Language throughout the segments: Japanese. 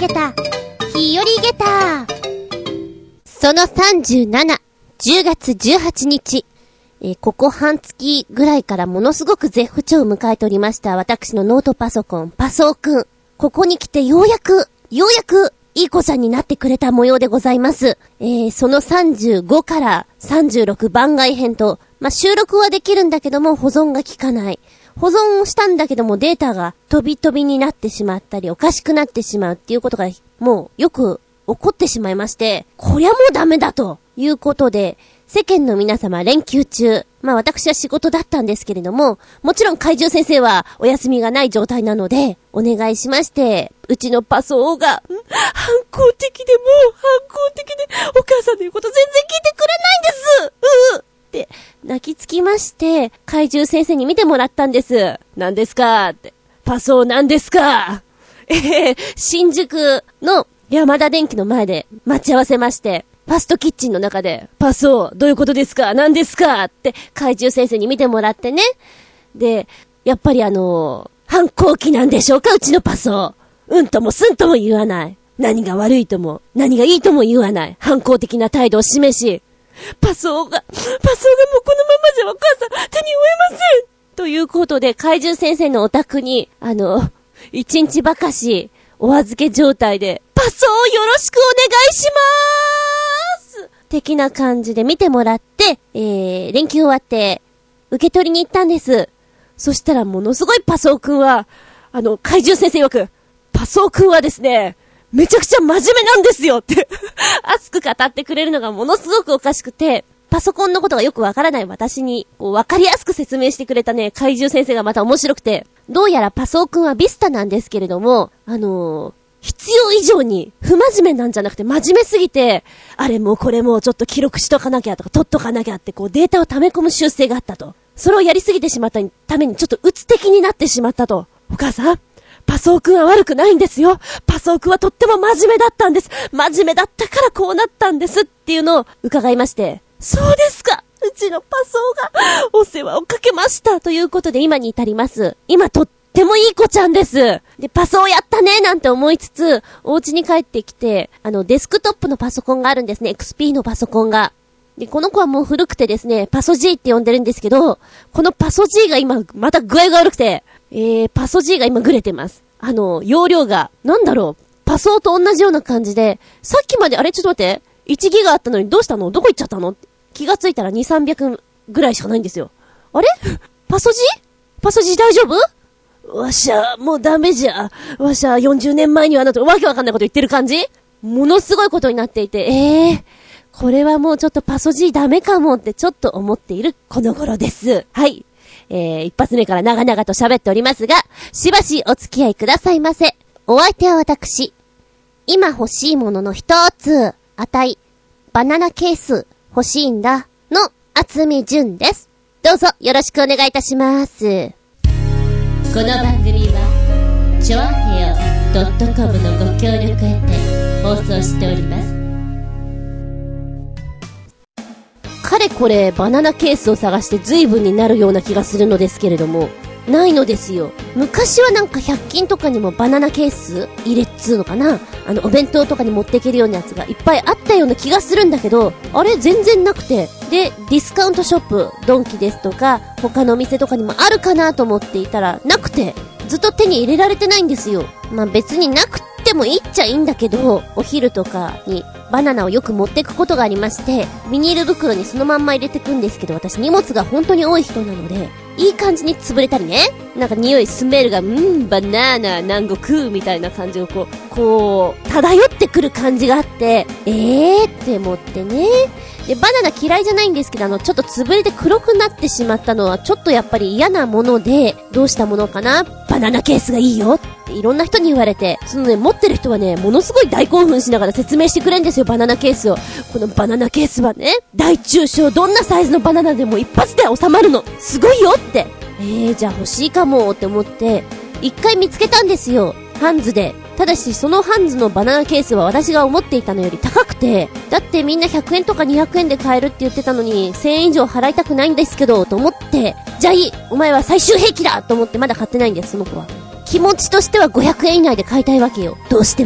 げた日和げたその37、10月18日、ここ半月ぐらいからものすごく絶不調を迎えておりました私のノートパソコンパソーくん。ここに来てようやくいい子ちゃんになってくれた模様でございます。その35から36番外編と、収録はできるんだけども保存が効かない。保存をしたんだけどもデータが飛び飛びになってしまったりおかしくなってしまうっていうことがもうよく起こってしまいまして、こりゃもうダメだということで、世間の皆様連休中、私は仕事だったんですけれども、もちろん怪獣先生はお休みがない状態なので、お願いしまして、うちのパソーが、反抗的でお母さんの言うこと全然聞いてくれないんですって泣きつきまして、怪獣先生に見てもらったんです。何ですかって。パソー何ですか新宿の山田電機の前で待ち合わせまして、ファストキッチンの中で、パソーどういうことですか何ですかって怪獣先生に見てもらってね。で、やっぱり反抗期なんでしょうかうちのパソー。うんともすんとも言わない。何が悪いとも、何がいいとも言わない。反抗的な態度を示し、パソーがもうこのままじゃお母さん手に負えませんということで、怪獣先生のお宅に、一日ばかし、お預け状態で、パソーよろしくお願いしまーす的な感じで見てもらって、連休終わって、受け取りに行ったんです。そしたらものすごいパソーくんは、怪獣先生曰く、パソーくんはですね、めちゃくちゃ真面目なんですよって熱く語ってくれるのがものすごくおかしくて、パソコンのことがよくわからない私にわかりやすく説明してくれたね怪獣先生がまた面白くて、どうやらパソーくんはビスタなんですけれども、必要以上に不真面目なんじゃなくて真面目すぎて、あれもこれもちょっと記録しとかなきゃとか取っとかなきゃってデータを溜め込む習性があったと。それをやりすぎてしまったためにちょっと鬱的になってしまったと。お母さん、パソーくんは悪くないんですよ。パソーくんはとっても真面目だったんです。真面目だったからこうなったんですっていうのを伺いまして、そうですか。うちのパソーがお世話をかけましたということで今に至ります。今とってもいい子ちゃんです。で、パソーやったねなんて思いつつ、お家に帰ってきて、デスクトップのパソコンがあるんですね。XP のパソコンが。で、この子はもう古くてですね、パソ G って呼んでるんですけど、このパソ G が今、また具合が悪くて、パソ G が今グレてます。容量が、パソと同じような感じで、さっきまで、ちょっと待って、1ギガあったのにどうしたの？どこ行っちゃったの？気がついたら2、300ぐらいしかないんですよ。あれ？パソ G 大丈夫？わしゃ、もうダメじゃ。わしゃ、40年前にはわけわかんないこと言ってる感じ？ものすごいことになっていて、これはもうちょっとパソ G ダメかもってちょっと思っているこの頃です。はい。一発目から長々と喋っておりますが、しばしお付き合いくださいませ。お相手は私。今欲しいものの一つ、バナナケース欲しいんだの厚み純です。どうぞよろしくお願いいたします。この番組はちょあへよ .com のご協力へて放送しております。かれこれバナナケースを探して随分になるような気がするのですけれども、ないのですよ。昔は100均とかにもバナナケース入れっつうのかな、お弁当とかに持っていけるようなやつがいっぱいあったような気がするんだけど、あれ全然なくて、でディスカウントショップドンキですとか他のお店とかにもあるかなと思っていたらなくて、ずっと手に入れられてないんですよ。別になくてもいいっちゃいいんだけど、お昼とかにバナナをよく持っていくことがありまして、ビニール袋にそのまんま入れてくんですけど、私荷物が本当に多い人なので、いい感じに潰れたりね、匂いスメルがバナナ南国みたいな感じをこう漂ってくる感じがあって、って思ってね。でバナナ嫌いじゃないんですけど、ちょっと潰れて黒くなってしまったのはちょっとやっぱり嫌なもので、どうしたものかな、バナナケースがいいよっていろんな人に言われて、持ってる人はね、ものすごい大興奮しながら説明してくれるんですよ、バナナケースを。このバナナケースはね、大中小どんなサイズのバナナでも一発で収まるの、すごいよって。じゃあ欲しいかもって思って一回見つけたんですよ、ハンズで。ただしそのハンズのバナナケースは私が思っていたのより高くて、だってみんな100円とか200円で買えるって言ってたのに1000円以上払いたくないんですけどと思って、じゃあいい、お前は最終兵器だと思ってまだ買ってないんです。その子は気持ちとしては500円以内で買いたいわけよ、どうしても。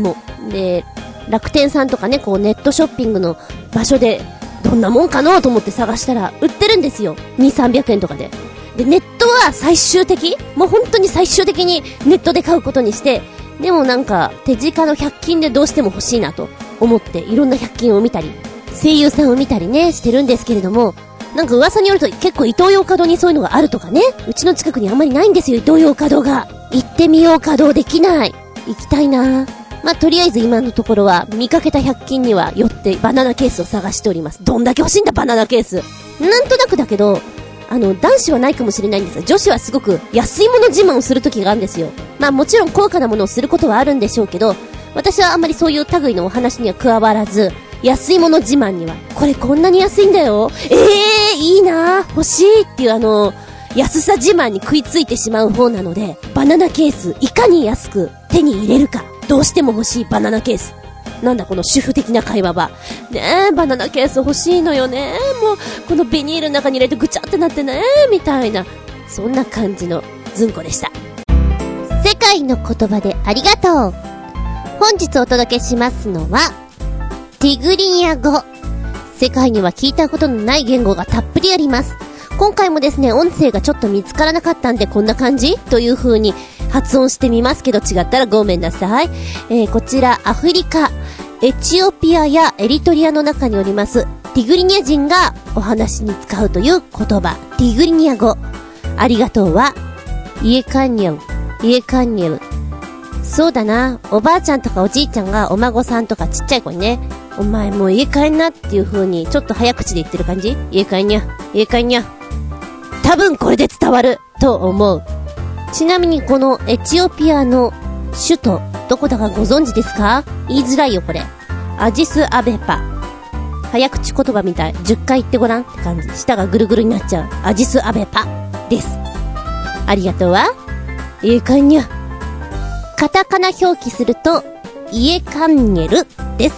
で、楽天さんとかね、こうネットショッピングの場所で、どんなもんかなと思って探したら、売ってるんですよ。2、300円とかで。で、ネットは最終的、もう本当に最終的にネットで買うことにして、でもなんか、手近の100均でどうしても欲しいなと思って、いろんな100均を見たり、声優さんを見たりね、してるんですけれども、なんか噂によると結構イトーヨーカドーにそういうのがあるとかね。うちの近くにあんまりないんですよ、イトーヨーカドーが。行ってみようかどうできない。行きたいな。まあ、とりあえず今のところは見かけた100均には寄ってバナナケースを探しております。どんだけ欲しいんだバナナケース。なんとなくだけど、男子はないかもしれないんですが、女子はすごく安いもの自慢をする時があるんですよ。まあもちろん高価なものをすることはあるんでしょうけど、私はあんまりそういう類のお話には加わらず、安いもの自慢には、これこんなに安いんだよ。いいな欲しいっていう安さ自慢に食いついてしまう方なので、バナナケース、いかに安く手に入れるか、どうしても欲しいバナナケース。なんだこの主婦的な会話は。ねえ、バナナケース欲しいのよね。もう、このビニールの中に入れてぐちゃってなってね、みたいな。そんな感じのずんこでした。世界の言葉でありがとう。本日お届けしますのは、ティグリニア語。世界には聞いたことのない言語がたっぷりあります。今回もですね、音声がちょっと見つからなかったんでこんな感じという風に発音してみますけど、違ったらごめんなさい。こちらアフリカ、エチオピアやエリトリアの中におりますティグリニア人がお話に使うという言葉、ティグリニア語。ありがとうはイエカンニャウ、イエカンニャウ。そうだな、おばあちゃんとかおじいちゃんがお孫さんとかちっちゃい子にね、お前もう家帰んなっていう風にちょっと早口で言ってる感じ。家帰んにゃ、家帰んにゃ。多分これで伝わると思う。ちなみにこのエチオピアの首都どこだかご存知ですか？言いづらいよこれ。アジスアベパ。早口言葉みたい。10回言ってごらんって感じ。舌がぐるぐるになっちゃう。アジスアベパです。ありがとうは家帰んにゃ。カタカナ表記するとイエカンニェルです。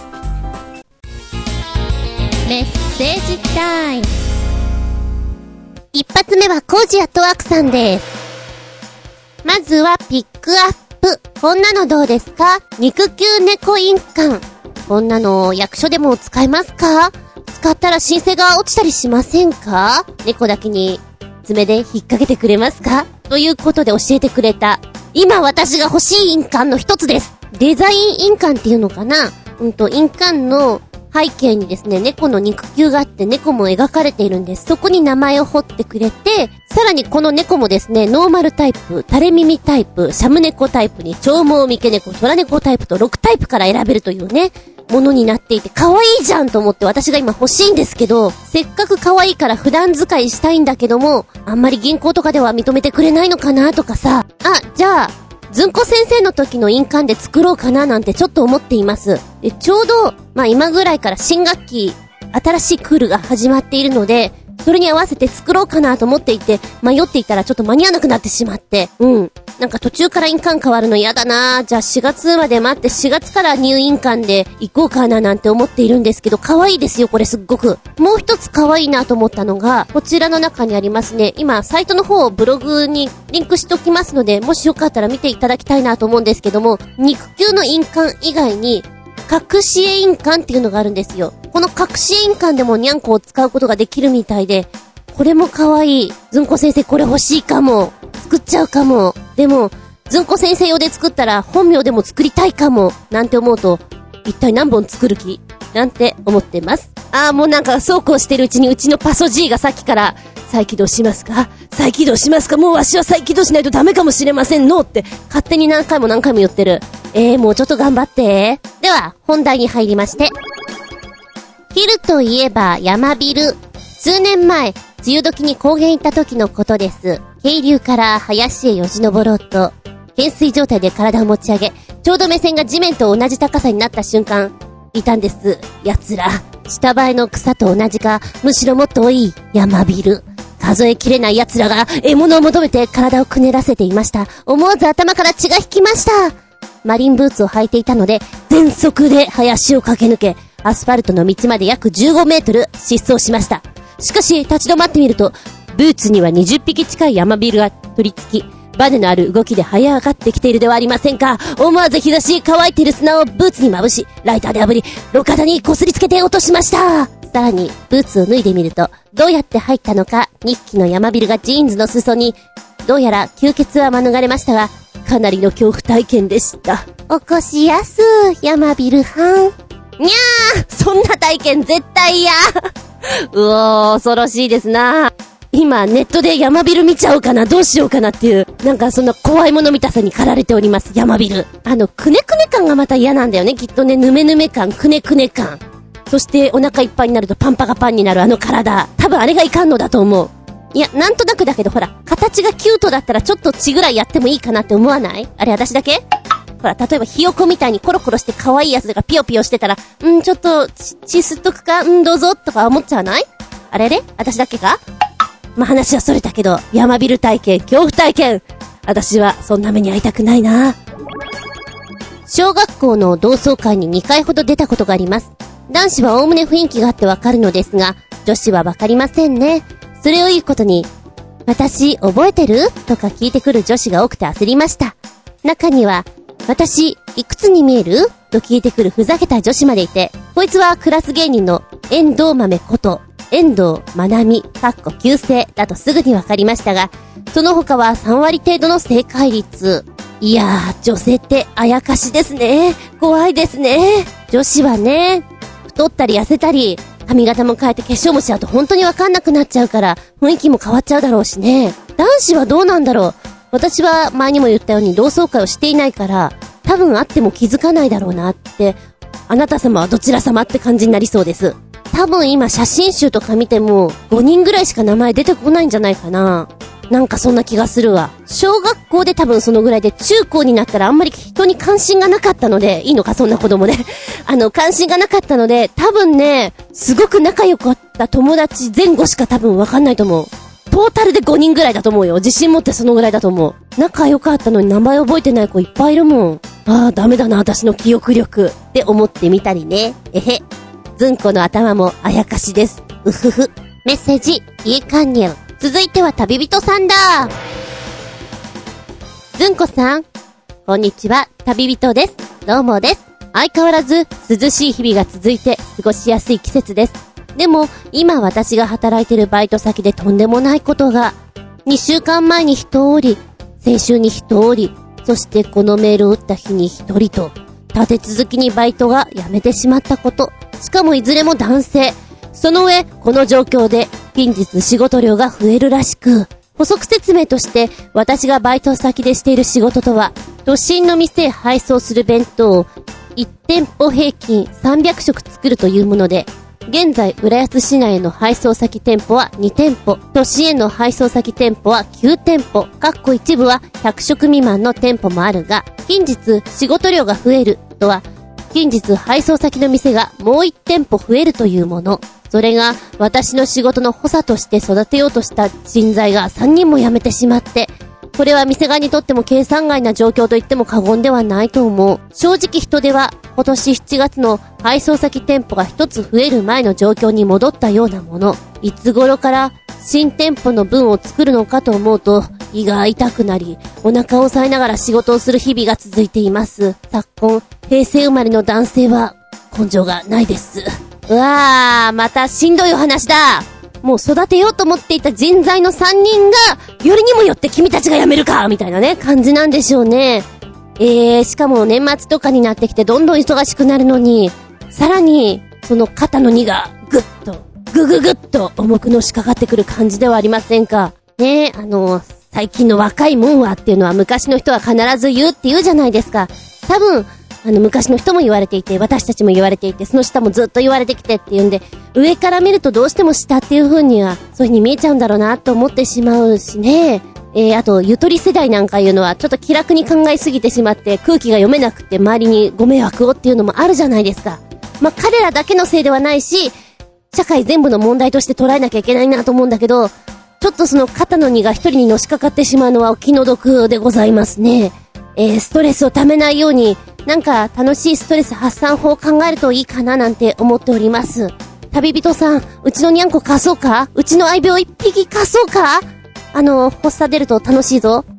メッセージタイム。一発目はコージアットワークさんです。まずはピックアップ。こんなのどうですか？肉球猫印鑑。こんなの役所でも使えますか？使ったら申請が落ちたりしませんか？猫だけに爪で引っ掛けてくれますか？ということで教えてくれた、今私が欲しい印鑑の一つです。デザイン印鑑っていうのかな？印鑑の背景にですね、猫の肉球があって猫も描かれているんです。そこに名前を彫ってくれて、さらにこの猫もですね、ノーマルタイプ、垂れ耳タイプ、シャム猫タイプに長毛三毛猫、虎猫タイプと6タイプから選べるというね、ものになっていて、可愛いじゃんと思って私が今欲しいんですけど、せっかく可愛いから普段使いしたいんだけども、あんまり銀行とかでは認めてくれないのかなとかさ、じゃあ、ずんこ先生の時の印鑑で作ろうかななんてちょっと思っています。ちょうど、今ぐらいから新学期、新しいクールが始まっているので、それに合わせて作ろうかなと思っていて、迷っていたらちょっと間に合わなくなってしまって、なんか途中から印鑑変わるの嫌だな。じゃあ4月まで待って4月から入印鑑で行こうかななんて思っているんですけど、可愛いですよこれすっごく。もう一つ可愛いなと思ったのが、こちらの中にありますね。今サイトの方をブログにリンクしておきますので、もしよかったら見ていただきたいなと思うんですけども、肉球の印鑑以外に隠し絵印鑑っていうのがあるんですよ。この隠し絵印鑑でもニャンコを使うことができるみたいで、これも可愛い。ずんこ先生これ欲しいかも。作っちゃうかも。でも、ずんこ先生用で作ったら本名でも作りたいかも。なんて思うと、一体何本作る気？なんて思ってます。もうなんかそうこうしてるうちにうちのパソ G がさっきから再起動しますか？再起動しますか？もうわしは再起動しないとダメかもしれませんのって勝手に何回も言ってる。もうちょっと頑張って。では、本題に入りまして。昼といえば山ビル。数年前、梅雨時に高原行った時のことです。渓流から林へよじ登ろうと、懸垂状態で体を持ち上げ、ちょうど目線が地面と同じ高さになった瞬間、いたんです。奴ら。下生えの草と同じか、むしろもっと多い山ビル。数えきれない奴らが獲物を求めて体をくねらせていました。思わず頭から血が引きました。マリンブーツを履いていたので、全速で林を駆け抜け、アスファルトの道まで約15メートル疾走しました。しかし、立ち止まってみると、ブーツには20匹近い山ビルが取り付き、 バネのある動きで這い上がってきているではありませんか。思わず日差し乾いている砂をブーツにまぶし、ライターで炙り、路肩に擦りつけて落としました。さらに、ブーツを脱いでみると、どうやって入ったのか、日記の山ビルがジーンズの裾に、どうやら吸血は免れましたが、かなりの恐怖体験でした。起こしやす、山ビルはん。にゃー、そんな体験絶対嫌。うおー、恐ろしいですな。今ネットで山ビル見ちゃおうかな、どうしようかなっていう、なんかそんな怖いもの見たさに駆られております。山ビル、くねくね感がまた嫌なんだよね、きっとね。ぬめぬめ感、くねくね感、そしてお腹いっぱいになるとパンパがパンになる体、多分あれがいかんのだと思う。いや、なんとなくだけど、ほら形がキュートだったらちょっと血ぐらいやってもいいかなって思わない？あれ私だけ？ほら、例えばひよこみたいにコロコロして可愛いやつがピヨピヨしてたら、ちょっと血吸っとくか、どうぞとか思っちゃわない？あれれ？私だけか？まあ、話はそれたけど、山ビル体験、恐怖体験。私はそんな目に遭いたくないな。小学校の同窓会に2回ほど出たことがあります。男子はおおむね雰囲気があってわかるのですが、女子はわかりませんね。それをいいことに、私覚えてる？とか聞いてくる女子が多くて焦りました。中には、私いくつに見える？と聞いてくるふざけた女子までいて、こいつはクラス芸人の遠藤豆こと遠藤まなみ旧姓だとすぐにわかりましたが、その他は3割程度の正解率。いやー、女性ってあやかしですね。怖いですね。女子はね、太ったり痩せたり、髪型も変えて化粧もしちゃうと本当にわかんなくなっちゃうから、雰囲気も変わっちゃうだろうしね。男子はどうなんだろう。私は前にも言ったように同窓会をしていないから、多分あっても気づかないだろうなって、あなた様はどちら様って感じになりそうです。多分今写真集とか見ても5人ぐらいしか名前出てこないんじゃないかな。なんかそんな気がするわ。小学校で多分そのぐらいで、中高になったらあんまり人に関心がなかったので、いいのかそんな子供で関心がなかったので、多分ね、すごく仲良かった友達前後しか多分わかんないと思う。トータルで5人ぐらいだと思うよ。自信持ってそのぐらいだと思う。仲良かったのに名前覚えてない子いっぱいいるもん。ダメだな私の記憶力って思ってみたりね。ずんこの頭もあやかしです。うふふ。メッセージ、いい関入。続いては旅人さんだ。ずんこさん、こんにちは、旅人です。どうもです。相変わらず涼しい日々が続いて過ごしやすい季節です。でも、今私が働いてるバイト先でとんでもないことが。2週間前に1人、先週に1人、そしてこのメールを打った日に1人と、立て続きにバイトが辞めてしまったこと。しかもいずれも男性。その上、この状況で近日仕事量が増えるらしく、補足説明として私がバイト先でしている仕事とは、都心の店へ配送する弁当を1店舗平均300食作るというもので、現在浦安市内の配送先店舗は2店舗、都市への配送先店舗は9店舗、一部は100食未満の店舗もあるが、近日仕事量が増えるとは、近日配送先の店がもう1店舗増えるというもの。それが私の仕事の補佐として育てようとした人材が3人も辞めてしまって、これは店側にとっても計算外な状況と言っても過言ではないと思う。正直人手は今年7月の配送先店舗が1つ増える前の状況に戻ったようなもの。いつ頃から新店舗の分を作るのかと思うと胃が痛くなり、お腹を押さえながら仕事をする日々が続いています。昨今、平成生まれの男性は根性がないです。うわー、またしんどいお話だ。もう育てようと思っていた人材の3人が、よりにもよって君たちが辞めるかみたいなね、感じなんでしょうね。しかも年末とかになってきてどんどん忙しくなるのに、さらに、その肩の荷がぐっと重くのしかかってくる感じではありませんか。ね、最近の若いもんはっていうのは昔の人は必ず言うって言うじゃないですか。多分、昔の人も言われていて、私たちも言われていて、その下もずっと言われてきてっていうんで、上から見るとどうしても下っていう風には、そういう風に見えちゃうんだろうなと思ってしまうしね。あと、ゆとり世代なんかいうのは、ちょっと気楽に考えすぎてしまって、空気が読めなくて周りにご迷惑をっていうのもあるじゃないですか。まあ、彼らだけのせいではないし、社会全部の問題として捉えなきゃいけないなと思うんだけど、ちょっとその肩の荷が一人にのしかかってしまうのはお気の毒でございますね。ストレスを溜めないように、なんか楽しいストレス発散法を考えるといいかななんて思っております。旅人さん、うちのにゃんこ貸そうか？うちの愛病一匹貸そうか？発作出ると楽しいぞ。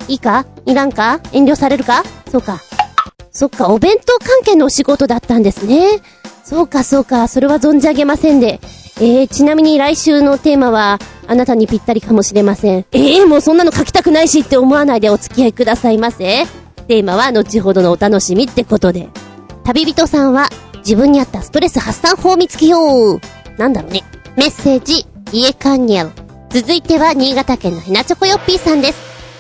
いいか？いらんか？遠慮されるか？そうか。そっか、お弁当関係のお仕事だったんですね。そうか、それは存じ上げませんで。ちなみに来週のテーマは、あなたにぴったりかもしれません。もうそんなの書きたくないしって思わないでお付き合いくださいませ。テーマは後ほどのお楽しみってことで。旅人さんは、自分に合ったストレス発散法を見つけよう。なんだろうね。メッセージ、家かんにゃう。続いては、新潟県のひなちょこよっぴーさんです。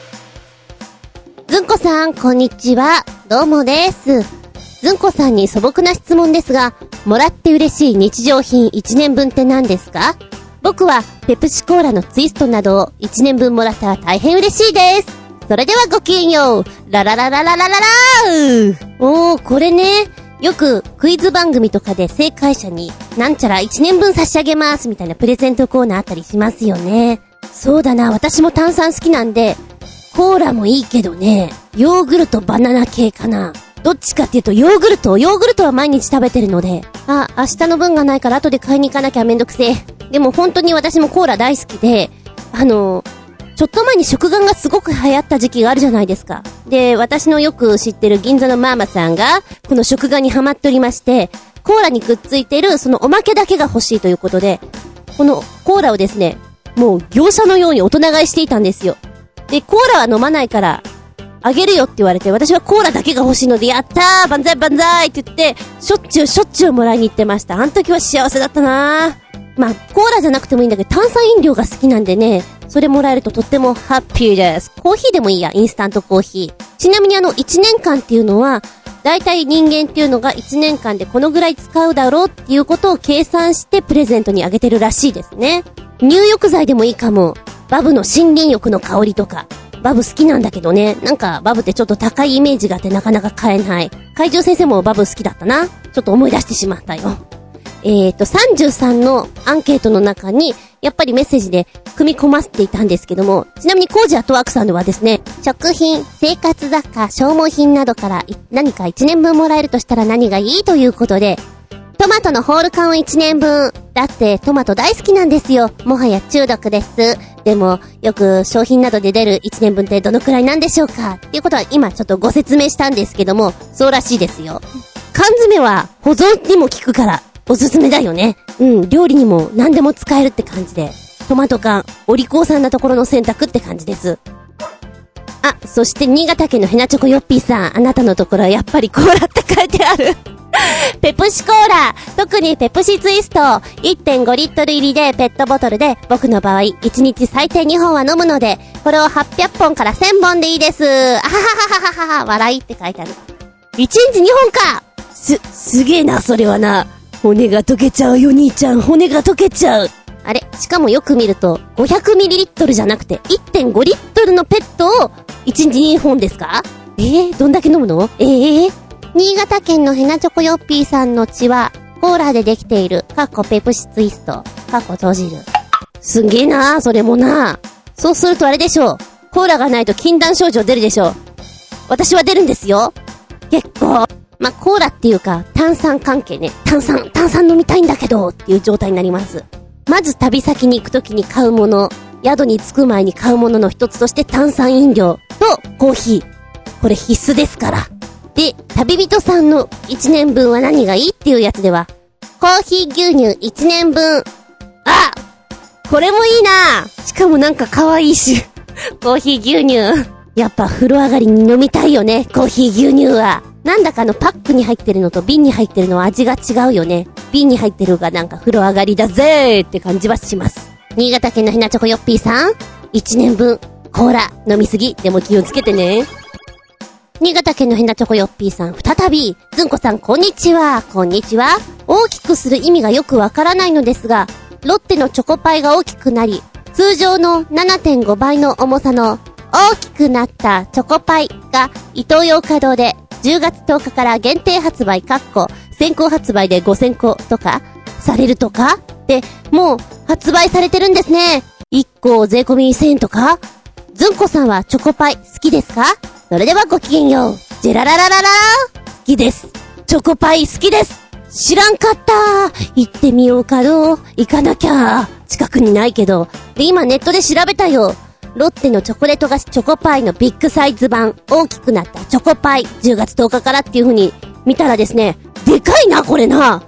ずんこさん、こんにちは。どうもです。ずんこさんに素朴な質問ですが、もらって嬉しい日常品1年分って何ですか？僕はペプシコーラのツイストなどを1年分もらったら大変嬉しいです。それではごきげんよう。ララララララララー。これね、よくクイズ番組とかで正解者になんちゃら1年分差し上げますみたいなプレゼントコーナーあったりしますよね。そうだな、私も炭酸好きなんで、コーラもいいけどね、ヨーグルトバナナ系かな。どっちかっていうとヨーグルトは毎日食べてるので、明日の分がないから後で買いに行かなきゃめんどくせえ。でも本当に私もコーラ大好きで、ちょっと前に食玩がすごく流行った時期があるじゃないですか。で、私のよく知ってる銀座のマーマさんが、この食玩にハマっておりまして、コーラにくっついてるそのおまけだけが欲しいということで、このコーラをですね、もう業者のように大人買いしていたんですよ。で、コーラは飲まないから、あげるよって言われて、私はコーラだけが欲しいので、やったー万歳万歳って言って、しょっちゅうもらいに行ってました。あの時は幸せだったなー。まあ、コーラじゃなくてもいいんだけど、炭酸飲料が好きなんでね、それもらえるととってもハッピーです。コーヒーでもいいや、インスタントコーヒー。ちなみに1年間っていうのは、だいたい人間っていうのが1年間でこのぐらい使うだろうっていうことを計算してプレゼントにあげてるらしいですね。入浴剤でもいいかも。バブの森林浴の香りとか。バブ好きなんだけどね。なんかバブってちょっと高いイメージがあってなかなか買えない。怪獣先生もバブ好きだったな。ちょっと思い出してしまったよ。33のアンケートの中に、やっぱりメッセージで組み込ませていたんですけども、ちなみにコージアットワークさんではですね、食品、生活雑貨、消耗品などから何か1年分もらえるとしたら何がいいということで、トマトのホール缶を1年分。だってトマト大好きなんですよ。もはや中毒です。でも、よく商品などで出る1年分ってどのくらいなんでしょうかっていうことは今ちょっとご説明したんですけども、そうらしいですよ。缶詰は保存にも効くからおすすめだよね。料理にも何でも使えるって感じで、トマト缶、お利口さんなところの選択って感じです。そして新潟県のヘナチョコヨッピーさん、あなたのところはやっぱりコーラって書いてある。ペプシコーラ、特にペプシツイスト 1.5 リットル入りでペットボトルで、僕の場合1日最低2本は飲むので、これを800本から1000本でいいです。あははははは、笑いって書いてある。1日2本か。すげえな、それはな。骨が溶けちゃうよ、兄ちゃん。骨が溶けちゃう。あれ、しかもよく見ると 500ml じゃなくて 1.5 リットルのペットを1日2本ですか？どんだけ飲むの？新潟県のヘナチョコヨッピーさんの血はコーラでできている。ペプシツイスト。閉じる。すんげえなー、それもな。そうするとあれでしょう。コーラがないと禁断症状出るでしょう。私は出るんですよ。結構。コーラっていうか炭酸関係ね。炭酸飲みたいんだけどっていう状態になります。まず旅先に行くときに買うもの、宿に着く前に買うものの一つとして炭酸飲料とコーヒー。これ必須ですから。で、旅人さんの1年分は何がいいっていうやつでは、コーヒー牛乳1年分。これもいいな。しかもなんか可愛いし。コーヒー牛乳。やっぱ風呂上がりに飲みたいよね、コーヒー牛乳は。なんだかパックに入ってるのと瓶に入ってるのは味が違うよね。瓶に入ってるがなんか風呂上がりだぜーって感じはします。新潟県のひなチョコヨッピーさん、1年分コーラ飲みすぎでも気をつけてね。新潟県のひなチョコヨッピーさん、再びずんこさん、こんにちは。こんにちは。大きくする意味がよくわからないのですが、ロッテのチョコパイが大きくなり、通常の 7.5 倍の重さの大きくなったチョコパイがイトーヨーカドーで10月10日から限定発売先行発売で5000個とかされるとかで、もう発売されてるんですね。1個税込み1000円とか。ずんこさんはチョコパイ好きですか？それではごきげんよう。ジェラララララ好きです。チョコパイ好きです。知らんかった。行ってみようかどう？行かなきゃ。近くにないけど。で、今ネットで調べたよ。 ロッテのチョコレート菓子チョコパイのビッグサイズ版、大きくなったチョコパイ、10月10日からっていう風に見たらですね、でかいな、これな。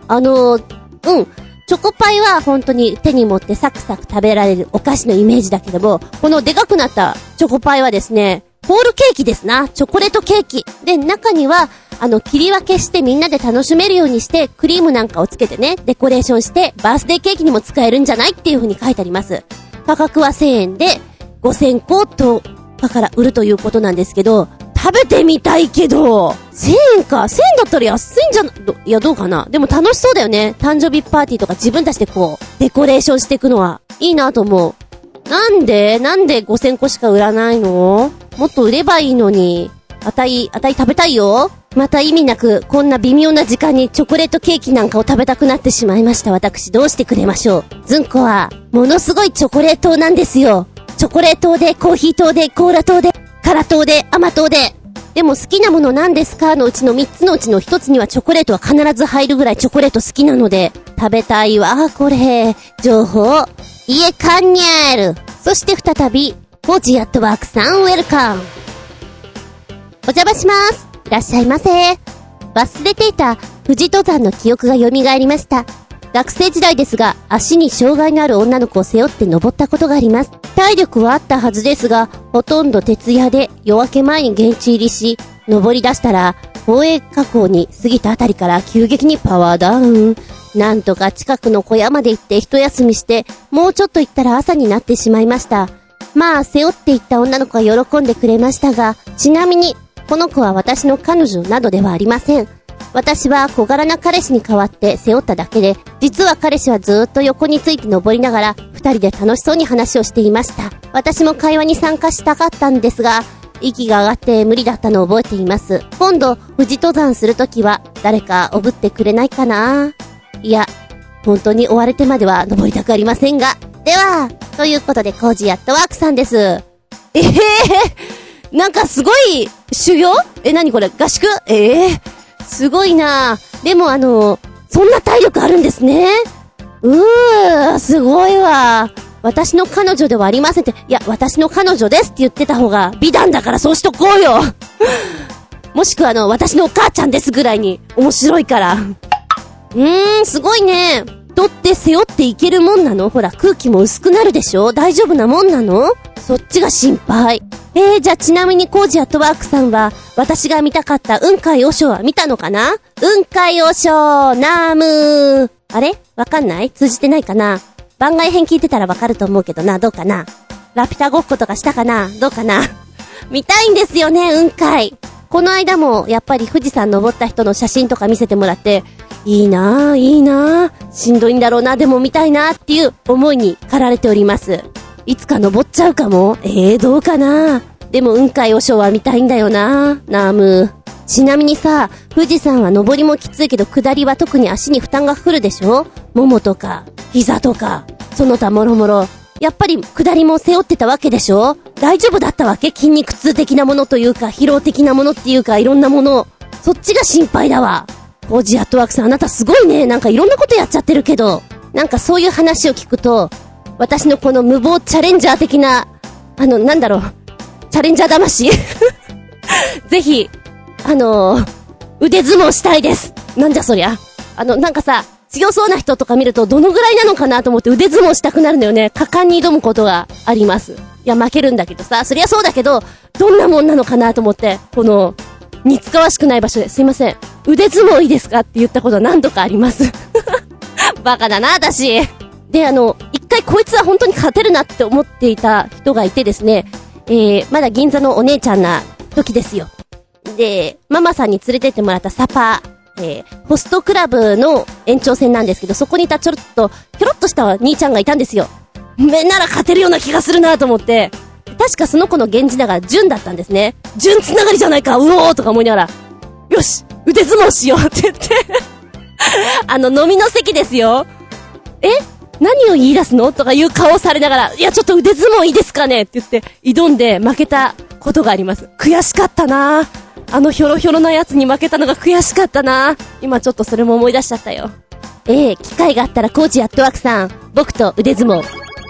チョコパイは本当に手に持ってサクサク食べられるお菓子のイメージだけども、このでかくなったチョコパイはですね、ホールケーキですな。チョコレートケーキ。で、中には、切り分けしてみんなで楽しめるようにして、クリームなんかをつけてね、デコレーションして、バースデーケーキにも使えるんじゃないっていう風に書いてあります。価格は1000円で、5000個とかから売るということなんですけど、食べてみたいけど、1000円か。1000円だったら安いんじゃいや、どうかな。でも楽しそうだよね。誕生日パーティーとか自分たちでこう、デコレーションしていくのは、いいなと思う。なんで5000個しか売らないの？もっと売ればいいのに。あたい食べたいよ。また意味なく、こんな微妙な時間にチョコレートケーキなんかを食べたくなってしまいました。私、どうしてくれましょう。ずんこは、ものすごいチョコレートなんですよ。チョコレートで、コーヒー糖で、コーラ糖で、辛糖で、甘糖で。でも好きなもの何ですかのうちの3つのうちの1つにはチョコレートは必ず入るぐらいチョコレート好きなので、食べたいわ、これ。情報、家カンニャール。そして再び、コージアットワークさん、ウェルカム。お邪魔します。いらっしゃいませ。忘れていた富士登山の記憶が蘇りました。学生時代ですが、足に障害のある女の子を背負って登ったことがあります。体力はあったはずですが、ほとんど徹夜で夜明け前に現地入りし、登り出したら、宝永河口に過ぎたあたりから急激にパワーダウン。なんとか近くの小屋まで行って一休みして、もうちょっと行ったら朝になってしまいました。まあ、背負って行った女の子は喜んでくれましたが、ちなみに、この子は私の彼女などではありません。私は小柄な彼氏に代わって背負っただけで、実は彼氏はずーっと横について登りながら、二人で楽しそうに話をしていました。私も会話に参加したかったんですが、息が上がって無理だったのを覚えています。今度、富士登山するときは、誰かおぶってくれないかな？いや、本当に追われてまでは登りたくありませんが。では、ということで、コージアットワークさんです。なんかすごい、修行？何これ？合宿？すごいなぁ。でもそんな体力あるんですね。すごいわ。私の彼女ではありませんって。いや、私の彼女ですって言ってた方が美談だからそうしとこうよ。もしくは私のお母ちゃんですぐらいに面白いから。すごいね。取って背負っていけるもんなの？ほら、空気も薄くなるでしょ？大丈夫なもんなの？そっちが心配。じゃあちなみにコージアットワークさんは、私が見たかった雲海和尚は見たのかな？雲海和尚、ナムー。あれ？わかんない？通じてないかな？番外編聞いてたらわかると思うけどな、どうかな？ラピュタごっことかしたかな？どうかな？見たいんですよね、雲海。この間も、やっぱり富士山登った人の写真とか見せてもらって、いいなぁ、しんどいんだろうな、でも見たいなっていう思いに駆られております。いつか登っちゃうかも？どうかな？でも雲海和尚は見たいんだよな、ナーム。ちなみにさ、富士山は登りもきついけど下りは特に足に負担が来るでしょ？ももとか、膝とか、その他もろもろ。やっぱり下りも背負ってたわけでしょ？大丈夫だったわけ？筋肉痛的なものというか、疲労的なものっていうか、いろんなもの。そっちが心配だわ。コージアットワークさん、あなたすごいね。なんかいろんなことやっちゃってるけど、なんかそういう話を聞くと、私のこの無謀チャレンジャー的な、なんだろう、チャレンジャー魂ぜひ、腕相撲したいです。なんじゃそりゃ。なんかさ、強そうな人とか見るとどのぐらいなのかなと思って腕相撲したくなるんだよね。果敢に挑むことがあります。いや、負けるんだけどさ、そりゃそうだけど、どんなもんなのかなと思って、この、似つかわしくない場所ですいません。腕相撲いいですかって言ったことは何度かあります。バカだな、私。で、一回こいつは本当に勝てるなって思っていた人がいてですね、まだ銀座のお姉ちゃんな時ですよ。で、ママさんに連れてってもらったサパホストクラブの延長戦なんですけど、そこにいたひょろっとした兄ちゃんがいたんですよ。めんなら勝てるような気がするなと思って、確かその子の源氏名が純だったんですね。純つながりじゃないか、うおーとか思いながら、よし腕相撲しようって言って飲みの席ですよ。何を言い出すのとかいう顔をされながら、いやちょっと腕相撲いいですかねって言って挑んで負けたことがあります。悔しかったな。ひょろひょろなやつに負けたのが悔しかったな。今ちょっとそれも思い出しちゃったよ。機会があったらコーチアットワークさん、僕と腕相撲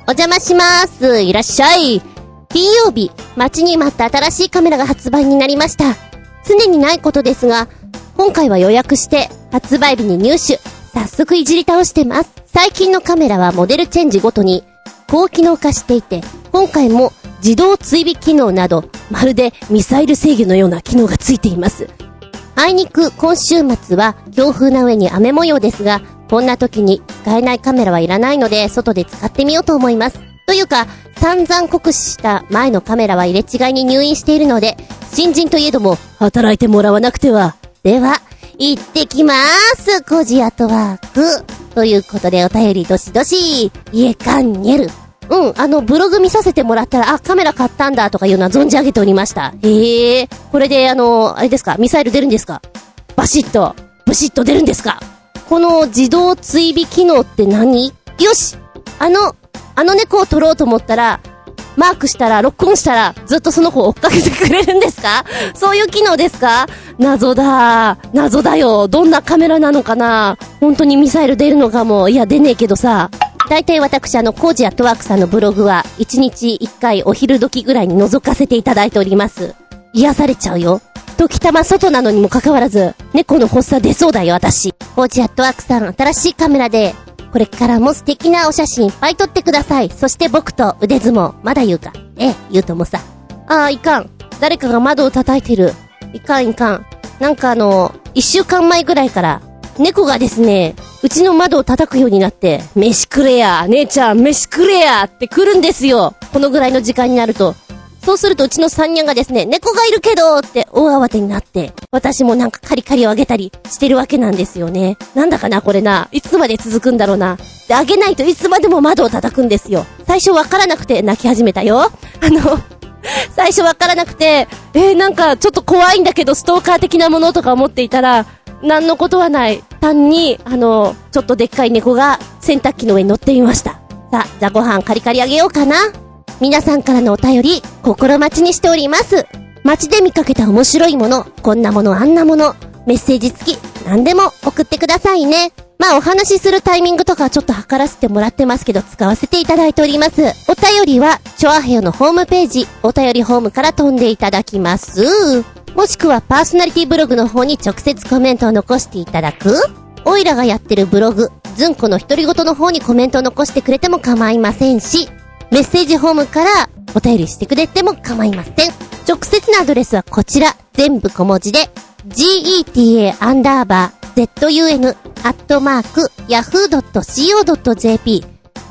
お邪魔します。いらっしゃい。金曜日、待ちに待った新しいカメラが発売になりました。常にないことですが、今回は予約して発売日に入手。早速いじり倒してます。最近のカメラはモデルチェンジごとに高機能化していて、今回も自動追尾機能など、まるでミサイル制御のような機能がついています。あいにく今週末は強風な上に雨模様ですが、こんな時に使えないカメラはいらないので、外で使ってみようと思います。というか、散々酷使した前のカメラは入れ違いに入院しているので、新人といえども働いてもらわなくては。では、行ってきまーす、コジアトワーク。ということでお便りどしどし、家かんにゃる。ブログ見させてもらったら、カメラ買ったんだとかいうのは存じ上げておりました。これであれですか、ミサイル出るんですか？バシッと、ブシッと出るんですか？この自動追尾機能って何？よし！あの猫を撮ろうと思ったら、マークしたら、ロックオンしたら、ずっとその子を追っかけてくれるんですか？そういう機能ですか？謎だよ。どんなカメラなのかな？本当にミサイル出るのかも。いや、出ねえけどさ。だいたい私コージアットワークさんのブログは、1日1回お昼時ぐらいに覗かせていただいております。癒されちゃうよ。時たま外なのにもかかわらず、猫の発作出そうだよ、私。コージアットワークさん、新しいカメラで、これからも素敵なお写真いっぱい撮ってください。そして僕と腕相撲、まだ言うか。言うともさ。いかん。誰かが窓を叩いてる。いかん。なんか1週間前ぐらいから、猫がですね、うちの窓を叩くようになって、飯くれや、姉ちゃん飯くれやって来るんですよ。このぐらいの時間になると。そうするとうちの三人がですね、猫がいるけどって大慌てになって、私もなんかカリカリをあげたりしてるわけなんですよね。なんだかなこれな。いつまで続くんだろうな。で、あげないといつまでも窓を叩くんですよ。最初わからなくて泣き始めたよ。最初わからなくて、なんかちょっと怖いんだけどストーカー的なものとか思っていたら、なんのことはない。単に、ちょっとでっかい猫が洗濯機の上に乗っていました。さあ、じゃあご飯カリカリあげようかな。皆さんからのお便り、心待ちにしております。街で見かけた面白いもの、こんなものあんなもの、メッセージ付き、何でも送ってくださいね。まあお話しするタイミングとかちょっと測らせてもらってますけど、使わせていただいております。お便りは、チョアヘヨのホームページ、お便りホームから飛んでいただきます。もしくはパーソナリティブログの方に直接コメントを残していただく。オイラがやってるブログ、ズンコの独り言の方にコメントを残してくれても構いませんし、メッセージホームからお便りしてくれても構いません。直接のアドレスはこちら、全部小文字で、geta_zun@yahoo.co.jp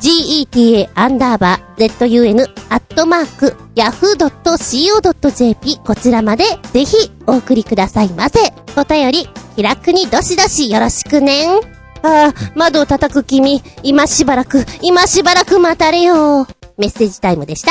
geta_zun@yahoo.co.jp こちらまでぜひお送りくださいませ。お便り気楽にどしどしよろしくねん。窓を叩く君、今しばらく待たれよ。メッセージタイムでした。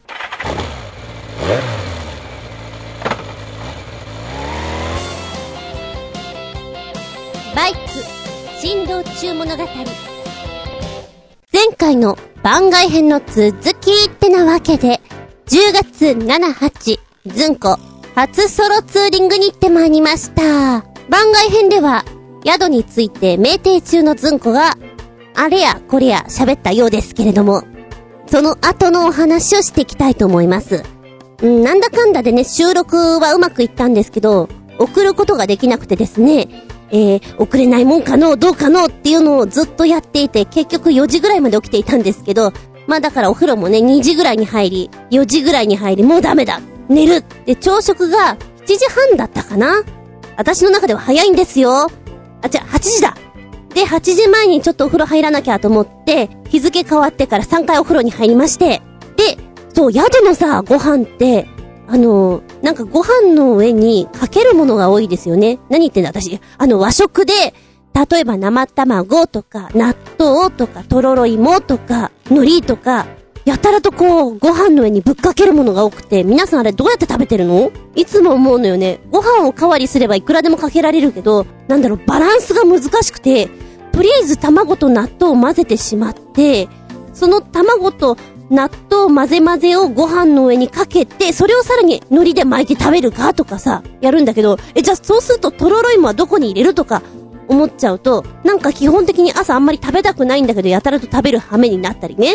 バイク振動中物語。前回の番外編の続きってなわけで、10月7、8、ズンコ初ソロツーリングに行ってまいりました。番外編では宿について酩酊中のズンコがあれやこれや喋ったようですけれども、その後のお話をしていきたいと思います。なんだかんだでね、収録はうまくいったんですけど、送ることができなくてですね、送れないもんかのどうかのっていうのをずっとやっていて、結局4時ぐらいまで起きていたんですけど、まあだからお風呂もね2時ぐらいに入り、4時ぐらいに入り、もうダメだ寝るで、朝食が7時半だったかな。私の中では早いんですよ。8時だ。で、8時前にちょっとお風呂入らなきゃと思って、日付変わってから3回お風呂に入りまして、で、そう、宿のさ、ご飯って、なんかご飯の上にかけるものが多いですよね。何言ってんだ私。和食で、例えば生卵とか、納豆とか、とろろ芋とか、海苔とか、やたらとこう、ご飯の上にぶっかけるものが多くて、皆さんあれどうやって食べてるの？いつも思うのよね。ご飯をおかわりすればいくらでもかけられるけど、なんだろう、バランスが難しくて、とりあえず卵と納豆を混ぜてしまって、その卵と納豆混ぜをご飯の上にかけて、それをさらに海苔で巻いて食べるかとかさ、やるんだけど、じゃあそうするととろろ芋はどこに入れるとか思っちゃうと、なんか基本的に朝あんまり食べたくないんだけど、やたらと食べる羽目になったりね。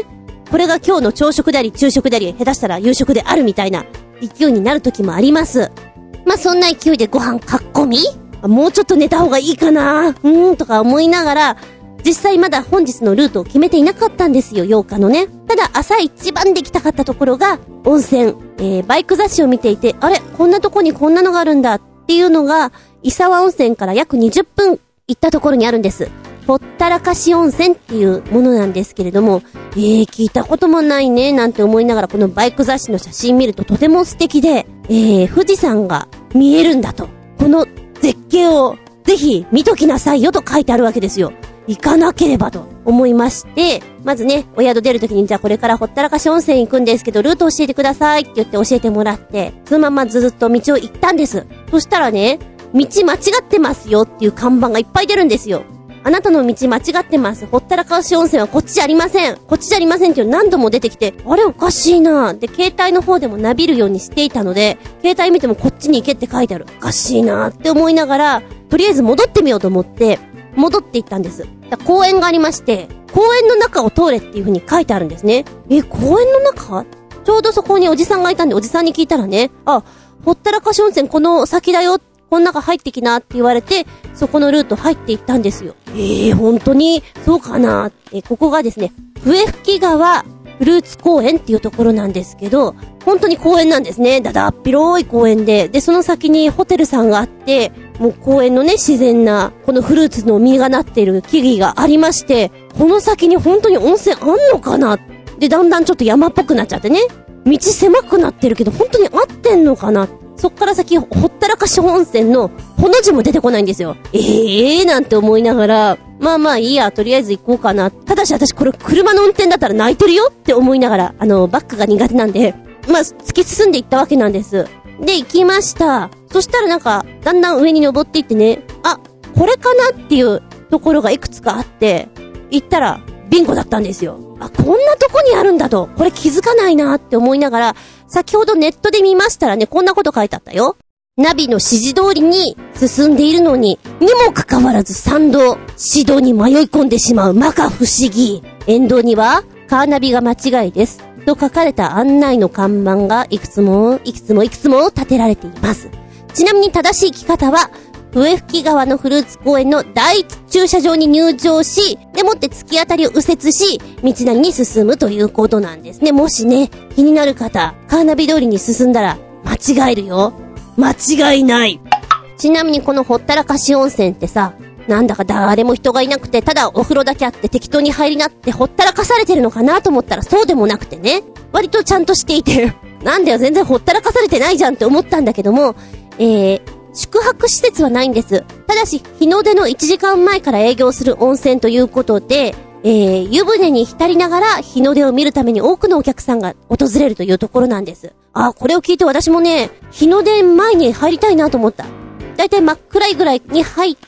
これが今日の朝食であり、昼食であり、下手したら夕食であるみたいな勢いになる時もあります。まあ、そんな勢いでご飯かっこみ？もうちょっと寝た方がいいかなとか思いながら、実際まだ本日のルートを決めていなかったんですよ、8日のね。ただ朝一番できたかったところが温泉、バイク雑誌を見ていて、あれこんなとこにこんなのがあるんだっていうのが、伊沢温泉から約20分行ったところにあるんです。ほったらかし温泉っていうものなんですけれども、聞いたこともないねなんて思いながら、このバイク雑誌の写真見るととても素敵で、富士山が見えるんだと、この絶景をぜひ見ときなさいよと書いてあるわけですよ。行かなければと思いまして、まずね、お宿出るときに、じゃあこれからほったらかし温泉行くんですけど、ルート教えてくださいって言って教えてもらって、そのままずっと道を行ったんです。そしたらね、道間違ってますよっていう看板がいっぱい出るんですよ。あなたの道間違ってます。ほったらかし温泉はこっちじゃありません。こっちじゃありませんっていう何度も出てきて、あれおかしいな。で、携帯の方でもナビるようにしていたので、携帯見てもこっちに行けって書いてある。おかしいなって思いながら、とりあえず戻ってみようと思って、戻っていったんです。公園がありまして、公園の中を通れっていう風に書いてあるんですね。公園の中？ちょうどそこにおじさんがいたんで、おじさんに聞いたらね、ほったらかし温泉この先だよ。この中入ってきなって言われて、そこのルート入っていったんですよ。本当にそうかなって。ここがですね、笛吹川フルーツ公園っていうところなんですけど、本当に公園なんですね。だだっ広い公園で、その先にホテルさんがあって、もう公園のね、自然な、このフルーツの実がなっている木々がありまして、この先に本当に温泉あんのかなで、だんだんちょっと山っぽくなっちゃってね。道狭くなってるけど、本当に合ってんのかな。そっから先、ほったらかし温泉のほの字も出てこないんですよ。なんて思いながら、まあまあいいや、とりあえず行こうかな。ただし私これ車の運転だったら泣いてるよって思いながら、バックが苦手なんで、まあ突き進んで行ったわけなんです。で、行きました。そしたらなんか、だんだん上に登っていってね、これかなっていうところがいくつかあって、行ったら、ビンゴだったんですよ。こんなとこにあるんだと。これ気づかないなって思いながら、先ほどネットで見ましたらね、こんなこと書いてあったよ。ナビの指示通りに進んでいるのにもかかわらず参道、指導に迷い込んでしまう摩訶不思議。沿道には、カーナビが間違いです。と書かれた案内の看板がいくつも立てられています。ちなみに正しい行き方は、笛吹川のフルーツ公園の第一駐車場に入場し、でもって突き当たりを右折し、道なりに進むということなんですね。もしね、気になる方、カーナビ通りに進んだら、間違えるよ。間違いない。ちなみにこのほったらかし温泉ってさ、なんだか誰も人がいなくて、ただお風呂だけあって適当に入りなってほったらかされてるのかなと思ったらそうでもなくてね、割とちゃんとしていて、なんだよ全然ほったらかされてないじゃんって思ったんだけども、宿泊施設はないんです。ただし、日の出の1時間前から営業する温泉ということで、湯船に浸りながら日の出を見るために多くのお客さんが訪れるというところなんです。これを聞いて私もね、日の出前に入りたいなと思った。だいたい真っ暗いぐらいに入って、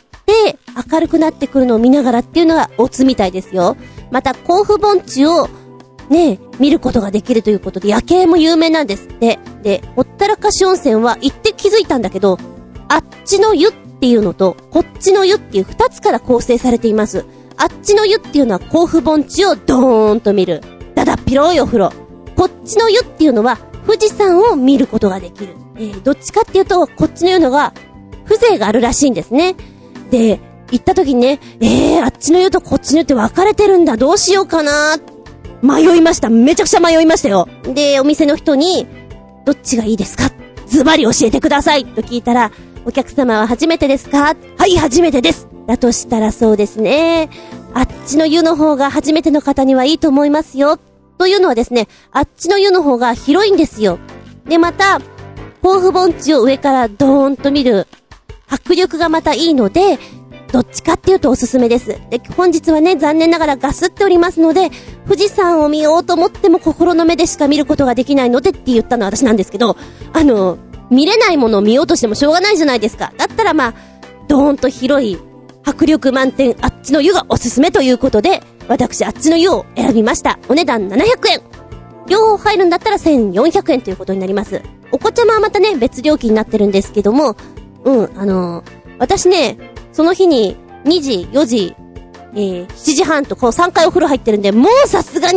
明るくなってくるのを見ながらっていうのがオツみたいですよ。また、甲府盆地をね、見ることができるということで、夜景も有名なんですって。で、ほったらかし温泉は行って気づいたんだけど、あっちの湯っていうのと、こっちの湯っていう2つから構成されています。あっちの湯っていうのは甲府盆地をドーンと見る。だだっ広いお風呂。こっちの湯っていうのは富士山を見ることができる。どっちかっていうと、こっちの湯のが風情があるらしいんですね。で、行った時にね、あっちの湯とこっちの湯って分かれてるんだ。どうしようかな。迷いました。めちゃくちゃ迷いましたよ。で、お店の人に、どっちがいいですか？ズバリ教えてくださいと聞いたら、お客様は初めてですか？はい、初めてです。だとしたらそうですね。あっちの湯の方が初めての方にはいいと思いますよ。というのはですね、あっちの湯の方が広いんですよ。で、また、甲府盆地を上からドーンと見る迫力がまたいいので、どっちかっていうとおすすめです。で、本日はね、残念ながらガスっておりますので、富士山を見ようと思っても心の目でしか見ることができないのでって言ったのは私なんですけど、見れないものを見ようとしてもしょうがないじゃないですか。だったらまあ、ドーンと広い、迫力満点、あっちの湯がおすすめということで、私あっちの湯を選びました。お値段700円。両方入るんだったら1400円ということになります。お子ちゃまはまたね、別料金になってるんですけども、私ね、その日に2時、4時、7時半とこう3回お風呂入ってるんで、もうさすがに2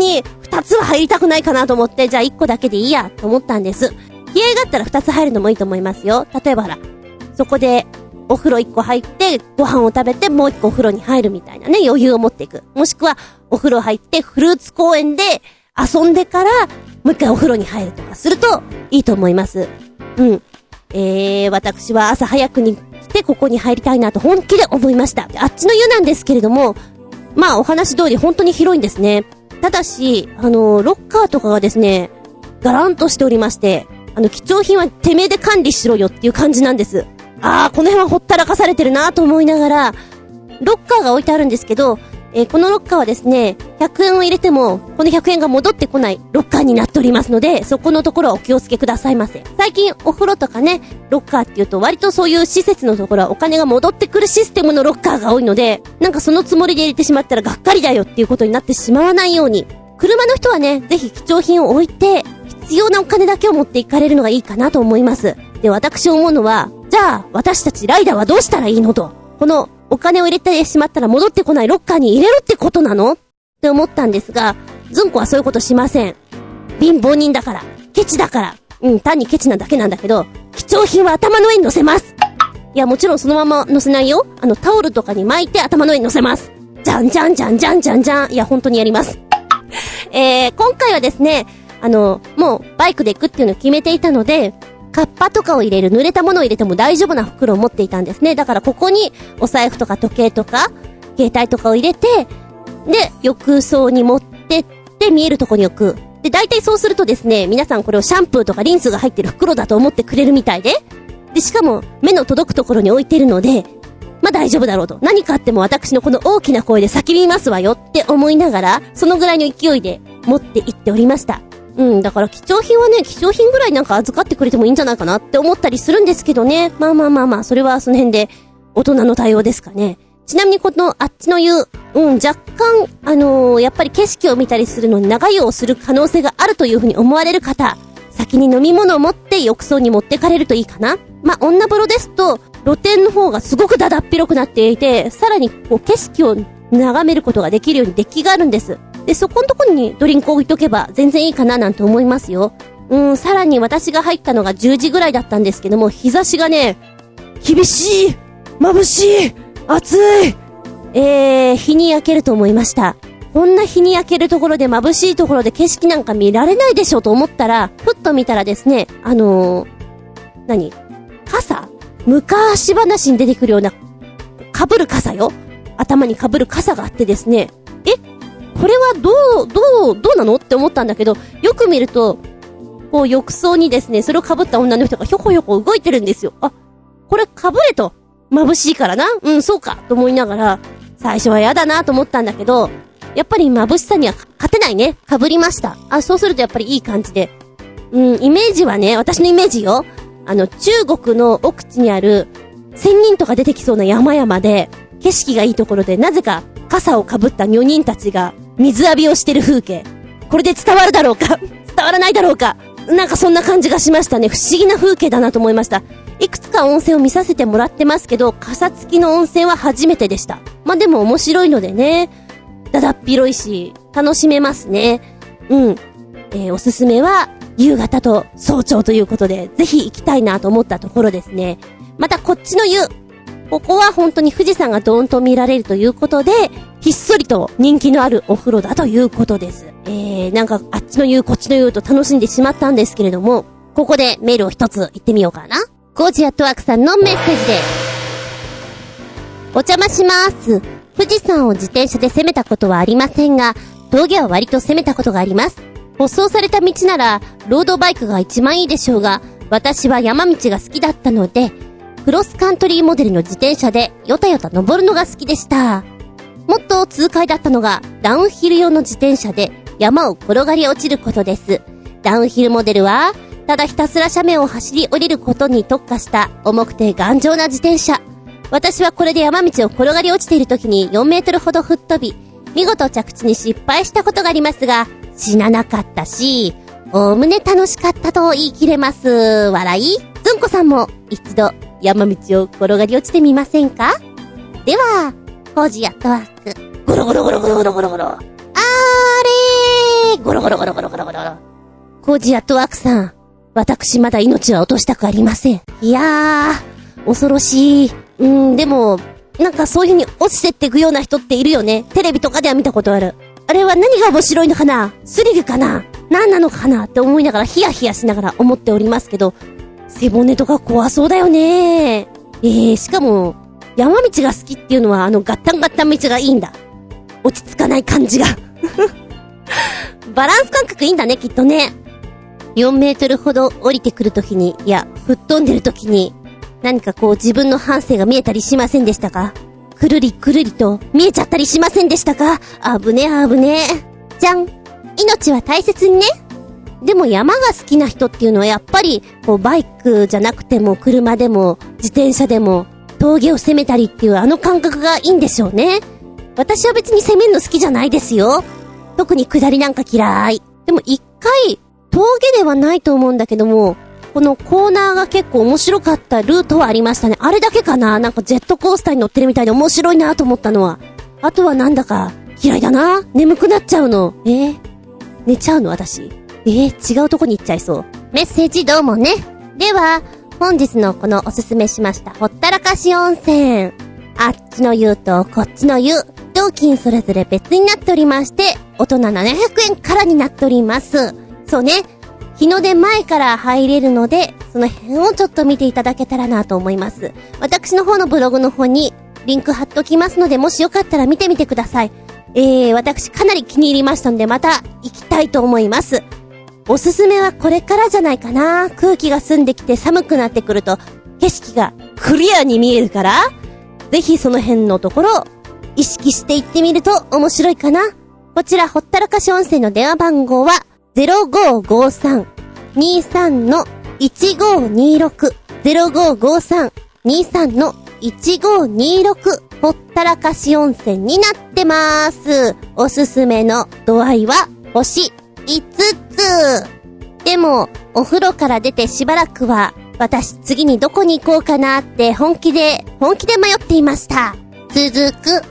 2つは入りたくないかなと思って、じゃあ1個だけでいいやと思ったんです。気合があったら2つ入るのもいいと思いますよ。例えばほら、そこでお風呂1個入ってご飯を食べてもう1個お風呂に入るみたいなね、余裕を持っていく。もしくはお風呂入ってフルーツ公園で遊んでからもう1回お風呂に入るとかするといいと思います。私は朝早くに来てここに入りたいなと本気で思いました。あっちの湯なんですけれども、まあお話通り本当に広いんですね。ただし、ロッカーとかがですね、ガランとしておりまして、貴重品はてめえで管理しろよっていう感じなんです。この辺はほったらかされてるなと思いながら、ロッカーが置いてあるんですけど、このロッカーはですね、100円を入れても、この100円が戻ってこないロッカーになっておりますので、そこのところはお気をつけくださいませ。最近お風呂とかね、ロッカーっていうと割とそういう施設のところはお金が戻ってくるシステムのロッカーが多いので、なんかそのつもりで入れてしまったらがっかりだよっていうことになってしまわないように、車の人はね、ぜひ貴重品を置いて、必要なお金だけを持っていかれるのがいいかなと思います。で、私思うのは、じゃあ、私たちライダーはどうしたらいいのと。この、お金を入れてしまったら戻ってこないロッカーに入れるってことなのって思ったんですが、ずんこはそういうことしません。貧乏人だから、ケチだから。単にケチなだけなんだけど、貴重品は頭の上に乗せます。いや、もちろんそのまま乗せないよ。タオルとかに巻いて頭の上に乗せます。じゃんじゃんじゃんじゃんじゃんじゃん。いや、本当にやります。今回はですね、もうバイクで行くっていうのを決めていたので、カッパとかを入れる、濡れたものを入れても大丈夫な袋を持っていたんですね。だからここにお財布とか時計とか携帯とかを入れて、で浴槽に持ってって見えるとこに置く。で大体そうするとですね、皆さんこれをシャンプーとかリンスが入ってる袋だと思ってくれるみたいで、しかも目の届くところに置いてるので、まあ大丈夫だろうと。何かあっても私のこの大きな声で叫びますわよって思いながら、そのぐらいの勢いで持って行っておりました。だから貴重品はね、貴重品ぐらいなんか預かってくれてもいいんじゃないかなって思ったりするんですけどね。まあ、それはその辺で大人の対応ですかね。ちなみにこのあっちの湯、若干、やっぱり景色を見たりするのに長湯をする可能性があるというふうに思われる方、先に飲み物を持って浴槽に持ってかれるといいかな。まあ、女風呂ですと、露天の方がすごくだだっ広くなっていて、さらにこう景色を眺めることができるようにデッキがあるんです。で、そこのところにドリンクを置いとけば全然いいかななんて思いますよ。さらに私が入ったのが10時ぐらいだったんですけども、日差しがね、厳しい、眩しい、暑い、日に焼けると思いました。こんな日に焼けるところで眩しいところで景色なんか見られないでしょと思ったら、ふっと見たらですね、傘？昔話に出てくるような、被る傘よ。頭に被る傘があってですね、これはどうなのって思ったんだけど、よく見ると、こう浴槽にですね、それを被った女の人がひょこひょこ動いてるんですよ。これ被れと。眩しいからな。そうか。と思いながら、最初は嫌だなと思ったんだけど、やっぱり眩しさには勝てないね。被りました。そうするとやっぱりいい感じで。イメージはね、私のイメージよ。中国の奥地にある、仙人とか出てきそうな山々で、景色がいいところで、なぜか傘を被った女人たちが水浴びをしてる風景。これで伝わるだろうか伝わらないだろうか、なんかそんな感じがしましたね。不思議な風景だなと思いました。いくつか温泉を見させてもらってますけど、傘付きの温泉は初めてでした。まあでも面白いのでね、だだっ広いし楽しめますね。おすすめは夕方と早朝ということで、ぜひ行きたいなと思ったところですね。またこっちの湯、ここは本当に富士山がドーンと見られるということで、ひっそりと人気のあるお風呂だということです。なんかあっちの湯こっちの湯と楽しんでしまったんですけれども、ここでメールを一つ言ってみようかな。コージアットワークさんのメッセージです。お邪魔します。富士山を自転車で攻めたことはありませんが、峠は割と攻めたことがあります。舗装された道ならロードバイクが一番いいでしょうが、私は山道が好きだったので、クロスカントリーモデルの自転車でよたよた登るのが好きでした。もっと痛快だったのがダウンヒル用の自転車で山を転がり落ちることです。ダウンヒルモデルはただひたすら斜面を走り降りることに特化した重くて頑丈な自転車。私はこれで山道を転がり落ちている時に4メートルほど吹っ飛び、見事着地に失敗したことがありますが、死ななかったし、おおむね楽しかったと言い切れます。笑い。ずんこさんも一度山道を転がり落ちてみませんか？では、コージアットワーク。ゴロゴロゴロゴロゴロゴロゴロ。あれゴロゴロゴロゴロゴロゴロ。コージアットワークさん、私まだ命は落としたくありません。いやー、恐ろしい。でも、なんかそういう風に落ちてっていくような人っているよね。テレビとかでは見たことある。あれは何が面白いのかな？スリルかな？何なのかなって思いながらヒヤヒヤしながら思っておりますけど、背骨とか怖そうだよね。しかも、山道が好きっていうのはガッタンガッタン道がいいんだ。落ち着かない感じが。バランス感覚いいんだね、きっとね。4メートルほど降りてくるときに、いや、吹っ飛んでるときに、何かこう自分の半生が見えたりしませんでしたか？くるりくるりと見えちゃったりしませんでしたか？危ねえ危ねえ。じゃん。命は大切にね。でも山が好きな人っていうのはやっぱり、こうバイクじゃなくても車でも自転車でも峠を攻めたりっていうあの感覚がいいんでしょうね。私は別に攻めるの好きじゃないですよ。特に下りなんか嫌い。でも一回、峠ではないと思うんだけども、このコーナーが結構面白かったルートはありましたね。あれだけかな？なんかジェットコースターに乗ってるみたいで面白いなと思ったのは。あとはなんだか嫌いだな。眠くなっちゃうの。寝ちゃうの私。違うとこに行っちゃいそう。メッセージどうもね。では、本日のこのおすすめしましたほったらかし温泉。あっちの湯とこっちの湯。料金それぞれ別になっておりまして、大人700円からになっております。そうね。日の出前から入れるので、その辺をちょっと見ていただけたらなと思います。私の方のブログの方にリンク貼っときますので、もしよかったら見てみてください。私かなり気に入りましたので、また行きたいと思います。おすすめはこれからじゃないかな。空気が澄んできて寒くなってくると、景色がクリアに見えるから、ぜひその辺のところを意識して行ってみると面白いかな。こちらほったらかし温泉の電話番号は、0553-23-1526 0553-23-1526ほったらかし温泉になってまーす。おすすめの度合いは星5つ。でもお風呂から出てしばらくは私次にどこに行こうかなって本気で迷っていました。続く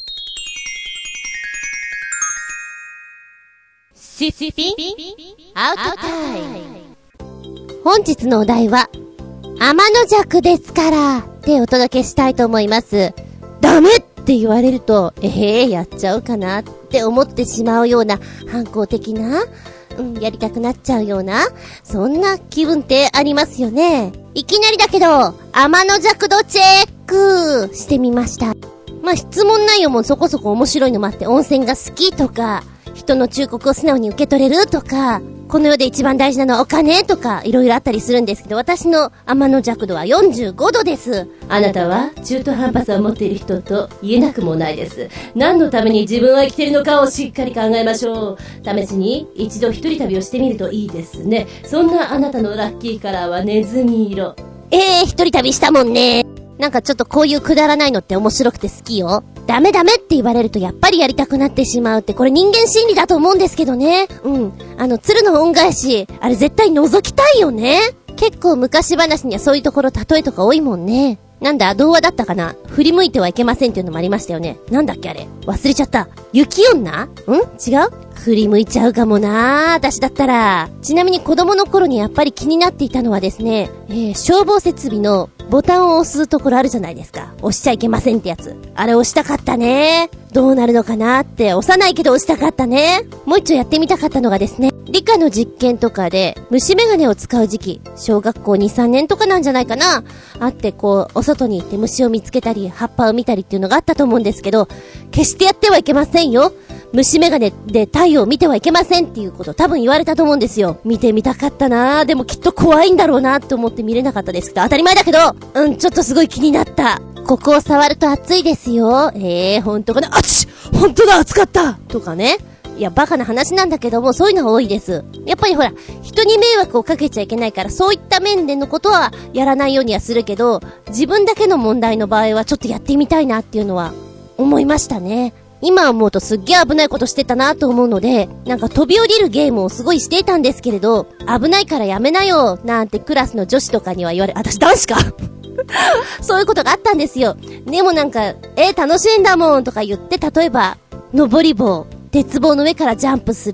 シスピンアウトタイム。本日のお題は天の弱ですからでお届けしたいと思います。ダメって言われるとやっちゃうかなって思ってしまうような反抗的な、やりたくなっちゃうようなそんな気分ってありますよね。いきなりだけど天の弱度チェックしてみました。質問内容もそこそこ面白いのもあって、温泉が好きとか人の忠告を素直に受け取れるとか、この世で一番大事なのはお金とかいろいろあったりするんですけど、私の天の弱度は45度です。 あなたは中途半端さを持っている人と言えなくもないです。何のために自分は生きているのかをしっかり考えましょう。試しに一度一人旅をしてみるといいですね。そんなあなたのラッキーカラーはネズミ色。 一人旅したもんね。なんかちょっとこういうくだらないのって面白くて好きよ。ダメダメって言われるとやっぱりやりたくなってしまうって、これ人間心理だと思うんですけどね。鶴の恩返し、あれ絶対覗きたいよね。結構昔話にはそういうところ例えとか多いもんね。なんだ、童話だったかな。振り向いてはいけませんっていうのもありましたよね。なんだっけあれ。忘れちゃった。雪女？違う？振り向いちゃうかもなー、私だったら。ちなみに子供の頃にやっぱり気になっていたのはですね、消防設備のボタンを押すところあるじゃないですか。押しちゃいけませんってやつ。あれ押したかったね。どうなるのかなって、押さないけど押したかったね。もう一丁やってみたかったのがですね、理科の実験とかで虫眼鏡を使う時期、小学校 2,3 年とかなんじゃないかな。あってこう、お外に行って虫を見つけたり、葉っぱを見たりっていうのがあったと思うんですけど、決してやってはいけませんよ。虫眼鏡で太陽を見てはいけませんっていうこと多分言われたと思うんですよ。見てみたかったな。でもきっと怖いんだろうなって思って見れなかったですけど、当たり前だけど、ちょっとすごい気になった。ここを触ると熱いですよ。ほんとかな。あち！ほんとだ、熱かったとかね。いや、バカな話なんだけども、そういうのが多いです。やっぱりほら、人に迷惑をかけちゃいけないから、そういった面でのことはやらないようにはするけど、自分だけの問題の場合はちょっとやってみたいなっていうのは思いましたね。今思うとすっげー危ないことしてたなと思うので、なんか飛び降りるゲームをすごいしていたんですけれど、危ないからやめなよなんてクラスの女子とかには言われ、私男子かそういうことがあったんですよ。でもなんか、楽しいんだもんとか言って、例えば、登り棒、鉄棒の上からジャンプする、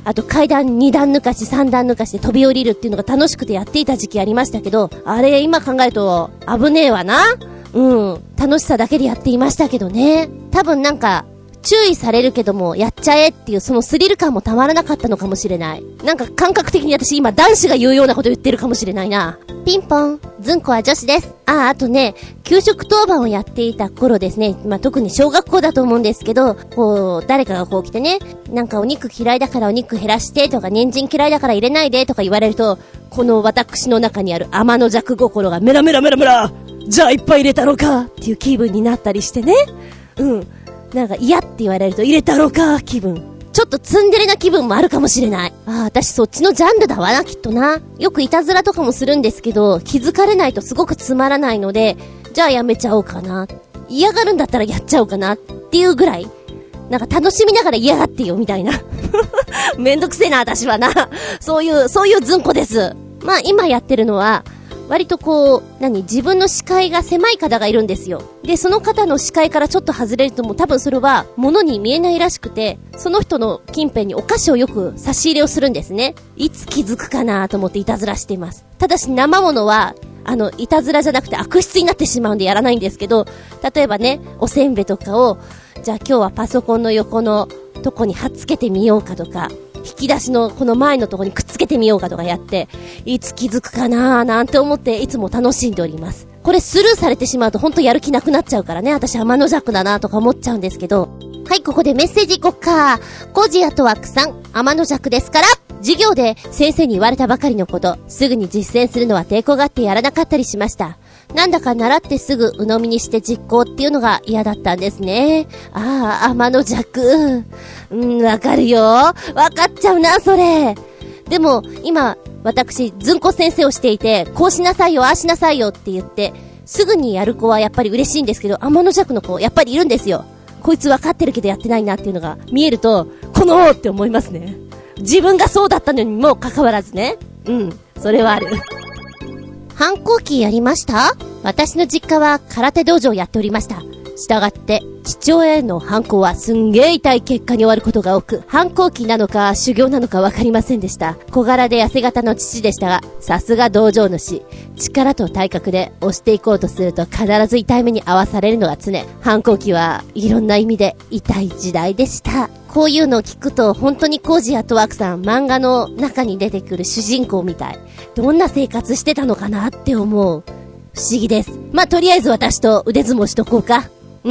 あと階段2段抜かし3段抜かしで飛び降りるっていうのが楽しくてやっていた時期ありましたけど、あれ今考えると危ねえわな。楽しさだけでやっていましたけどね。多分なんか注意されるけどもやっちゃえっていうそのスリル感もたまらなかったのかもしれない。なんか感覚的に私今男子が言うようなこと言ってるかもしれないな。ピンポン、ずんこは女子です。あとね、給食当番をやっていた頃ですね、特に小学校だと思うんですけど、誰かが来てね、なんかお肉嫌いだからお肉減らしてとか、人参嫌いだから入れないでとか言われると、この私の中にある天の弱心がメラメラメラメラ、じゃあいっぱい入れたのかっていう気分になったりしてね。なんか嫌って言われると入れたのか気分。ちょっとツンデレな気分もあるかもしれない。私そっちのジャンルだわな、きっとな。よくいたずらとかもするんですけど、気づかれないとすごくつまらないので、じゃあやめちゃおうかな。嫌がるんだったらやっちゃおうかなっていうぐらい。なんか楽しみながら嫌がってよみたいな。めんどくせえな、私はな。そういうずんこです。今やってるのは、割と自分の視界が狭い方がいるんですよ。で、その方の視界からちょっと外れるともう多分それは物に見えないらしくて、その人の近辺にお菓子をよく差し入れをするんですね。いつ気づくかなと思っていたずらしています。ただし生物は、いたずらじゃなくて悪質になってしまうんでやらないんですけど、例えばね、おせんべいとかを、じゃあ今日はパソコンの横のとこに貼っつけてみようかとか、引き出しのこの前のところにくっつけてみようかとかやって、いつ気づくかなーなんて思っていつも楽しんでおります。これスルーされてしまうとほんとやる気なくなっちゃうからね、私天の弱だなとか思っちゃうんですけど。はい、ここでメッセージいこっか。コジアとワークさん、天の弱ですから。授業で先生に言われたばかりのこと、すぐに実践するのは抵抗があってやらなかったりしました。なんだか習ってすぐ鵜呑みにして実行っていうのが嫌だったんですね。天の弱。わかるよ。わかっちゃうな、それ。でも、今、私、ずんこ先生をしていて、こうしなさいよ、ああしなさいよって言って、すぐにやる子はやっぱり嬉しいんですけど、天の弱の子、やっぱりいるんですよ。こいつわかってるけどやってないなっていうのが見えると、このって思いますね。自分がそうだったのにもかかわらずね。それはある。反抗期やりました？私の実家は空手道場をやっておりました。したがって、父親への反抗はすんげー痛い結果に終わることが多く、反抗期なのか修行なのかわかりませんでした。小柄で痩せ型の父でしたが、さすが道場主。力と体格で押していこうとすると必ず痛い目に遭わされるのが常。反抗期はいろんな意味で痛い時代でした。こういうのを聞くと本当にコージアットワークさん、漫画の中に出てくる主人公みたい。どんな生活してたのかなって思う。不思議です。とりあえず私と腕相撲しとこうか。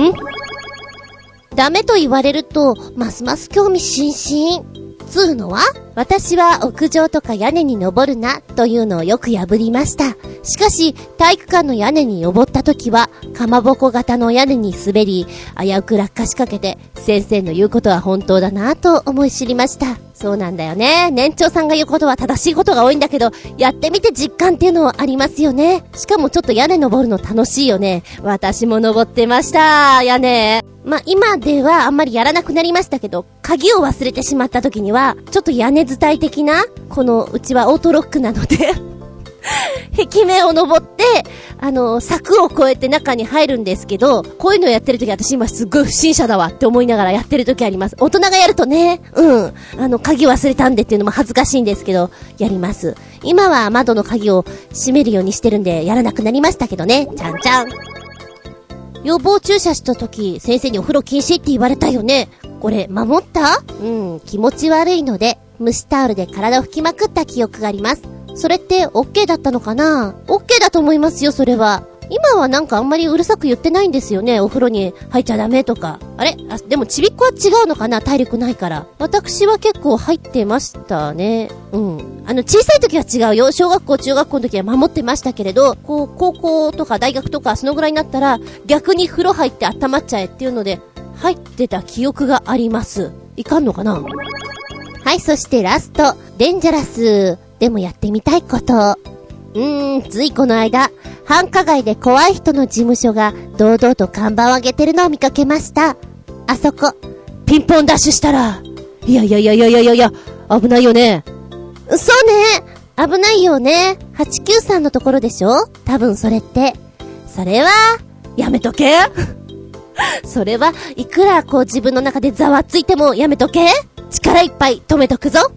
ダメと言われると、ますます興味津々。つうのは、私は屋上とか屋根に登るな、というのをよく破りました。しかし、体育館の屋根に登った時は、かまぼこ型の屋根に滑り、危うく落下しかけて、先生の言うことは本当だなと思い知りました。そうなんだよね。年長さんが言うことは正しいことが多いんだけど、やってみて実感っていうのはありますよね。しかもちょっと屋根登るの楽しいよね。私も登ってました、屋根。今ではあんまりやらなくなりましたけど、鍵を忘れてしまった時には、ちょっと屋根伝い的な、うちはオートロックなので、壁面を登って、柵を越えて中に入るんですけど、こういうのをやってる時私今すっごい不審者だわって思いながらやってる時あります。大人がやるとね、鍵忘れたんでっていうのも恥ずかしいんですけど、やります。今は窓の鍵を閉めるようにしてるんで、やらなくなりましたけどね、ちゃんちゃん。予防注射した時、先生にお風呂禁止って言われたよね。これ、守った？気持ち悪いので、蒸しタオルで体を拭きまくった記憶があります。それって OK だったのかな？ OK だと思いますよ、それは。今はなんかあんまりうるさく言ってないんですよね。お風呂に入っちゃダメとか。でもちびっこは違うのかな？体力ないから。私は結構入ってましたね。小さい時は違うよ。小学校、中学校の時は守ってましたけれど、高校とか大学とかそのぐらいになったら、逆に風呂入って温まっちゃえっていうので、入ってた記憶があります。いかんのかな？はい、そしてラスト。デンジャラス。でもやってみたいこと。ついこの間、繁華街で怖い人の事務所が堂々と看板を上げてるのを見かけました。あそこ、ピンポンダッシュしたら、いや、危ないよね。そうね、危ないよね。893のところでしょ？多分それって。それは、やめとけそれはいくら自分の中でざわついてもやめとけ。力いっぱい止めとくぞ。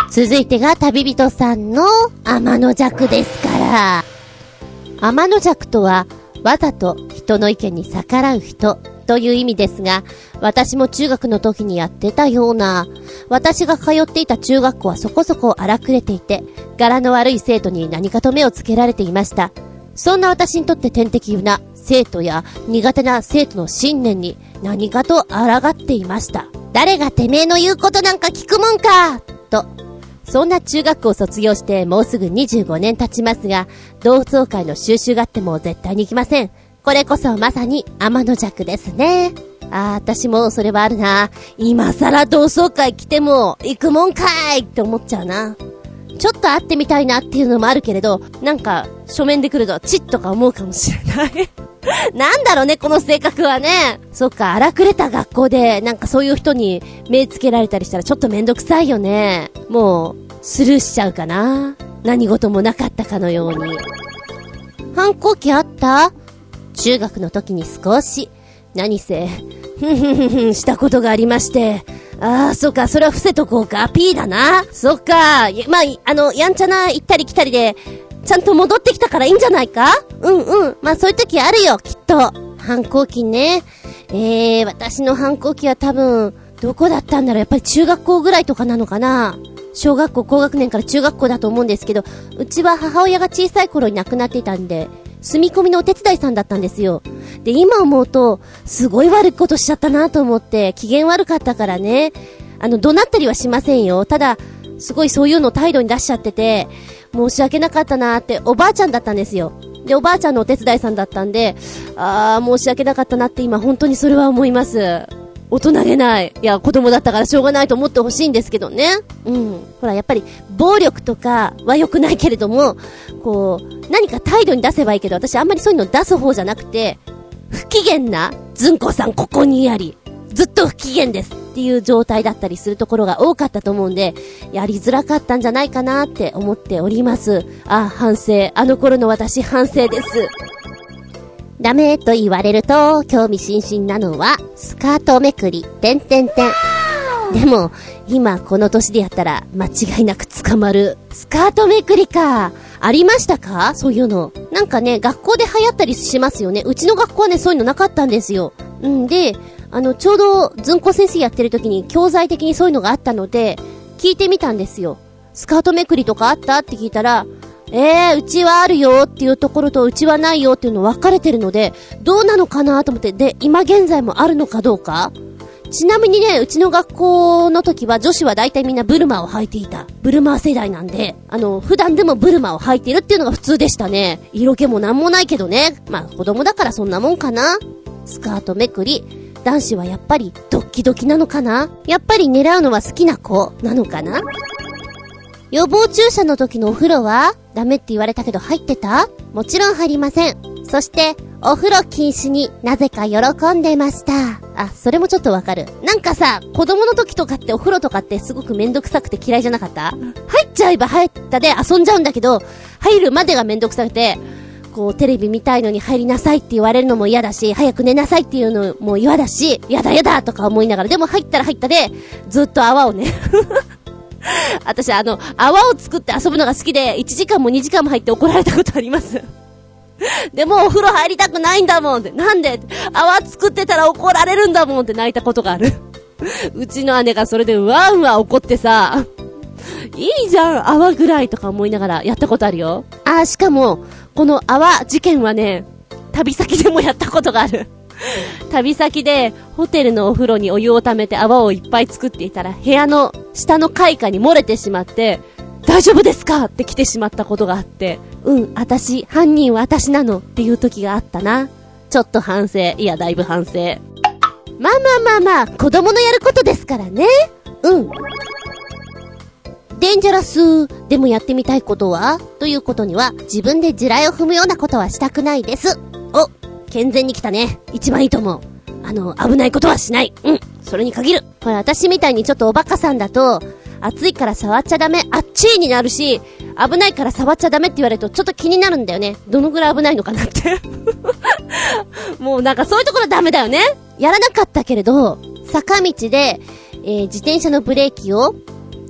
続いてが旅人さんの天の弱ですから。天の弱とは、わざと人の意見に逆らう人という意味ですが、私も中学の時にやってたような。私が通っていた中学校はそこそこ荒くれていて、柄の悪い生徒に何かと目をつけられていました。そんな私にとって天敵な生徒や苦手な生徒の信念に何かと抗っていました。誰がてめえの言うことなんか聞くもんかと。そんな中学校を卒業してもうすぐ25年経ちますが、同窓会の収集があっても絶対に行きません。これこそまさに天の弱ですね。私もそれはあるな。今更同窓会来ても行くもんかいって思っちゃうな。ちょっと会ってみたいなっていうのもあるけれど、なんか書面で来るとチッとか思うかもしれないなんだろうね、この性格はね。そっか、荒くれた学校でなんかそういう人に目つけられたりしたらちょっとめんどくさいよね。もうスルーしちゃうかな。何事もなかったかのように。反抗期あった？中学の時に少し何せしたことがありまして、そっか、それは伏せとこうか。P だな。そっか、まあ、やんちゃな行ったり来たりでちゃんと戻ってきたからいいんじゃないか？まあそういう時あるよ、きっと。反抗期ね。私の反抗期は多分どこだったんだろう。やっぱり中学校ぐらいとかなのかな。小学校高学年から中学校だと思うんですけど、うちは母親が小さい頃に亡くなっていたんで、住み込みのお手伝いさんだったんですよ。で、今思うとすごい悪いことしちゃったなと思って、機嫌悪かったからね、怒鳴ったりはしませんよ。ただすごいそういうの態度に出しちゃってて、申し訳なかったなーって。おばあちゃんだったんですよ。で、おばあちゃんのお手伝いさんだったんで、申し訳なかったなって今本当にそれは思います。大人げない。いや、子供だったからしょうがないと思ってほしいんですけどね。ほら、やっぱり暴力とかは良くないけれども、こう何か態度に出せばいいけど、私あんまりそういうの出す方じゃなくて、不機嫌なずんこさんここにあり、ずっと不機嫌ですっていう状態だったりするところが多かったと思うんで、やりづらかったんじゃないかなって思っております。反省。あの頃の私反省です。ダメと言われると興味津々なのはスカートめくり。でも今この年でやったら間違いなく捕まる。スカートめくりか。ありましたか？そういうの。なんかね、学校で流行ったりしますよね。うちの学校はね、そういうのなかったんですよ。で、ちょうどずんこ先生やってる時に教材的にそういうのがあったので聞いてみたんですよ。スカートめくりとかあったって聞いたら、うちはあるよっていうところとうちはないよっていうの分かれてるので、どうなのかなと思って。で、今現在もあるのかどうか。ちなみにね、うちの学校の時は女子は大体みんなブルマを履いていた。ブルマー世代なんで、普段でもブルマを履いているっていうのが普通でしたね。色気もなんもないけどね。まあ子供だからそんなもんかな。スカートめくり。男子はやっぱりドッキドキなのかな。やっぱり狙うのは好きな子なのかな。予防注射の時のお風呂はダメって言われたけど入ってた？もちろん入りません。そしてお風呂禁止になぜか喜んでました。それもちょっとわかる。なんかさ、子供の時とかってお風呂とかってすごくめんどくさくて嫌いじゃなかった？入っちゃえば入ったで遊んじゃうんだけど、入るまでがめんどくさくて、こうテレビ見たいのに入りなさいって言われるのも嫌だし、早く寝なさいっていうのも嫌だし、やだとか思いながら、でも入ったら入ったでずっと泡をね私泡を作って遊ぶのが好きで、1時間も2時間も入って怒られたことありますでもお風呂入りたくないんだもんって。なんで？泡作ってたら怒られるんだもんって泣いたことがあるうちの姉がそれでワンワン怒ってさ、いいじゃん泡ぐらいとか思いながらやったことあるよ。しかもこの泡事件はね、旅先でもやったことがある旅先でホテルのお風呂にお湯を溜めて泡をいっぱい作っていたら、部屋の下の階下に漏れてしまって、大丈夫ですかって来てしまったことがあって、犯人は私なのっていう時があったな。ちょっと反省。いや、だいぶ反省。まあ、子供のやることですからね。デンジャラスでもやってみたいことはということには、自分で地雷を踏むようなことはしたくないです。健全に来たね。一番いいと思う。危ないことはしない。それに限る。ほら、私みたいにちょっとおバカさんだと、暑いから触っちゃダメ、あっちーになるし、危ないから触っちゃダメって言われるとちょっと気になるんだよね。どのぐらい危ないのかなってもうなんかそういうところダメだよね。やらなかったけれど、坂道で、自転車のブレーキを、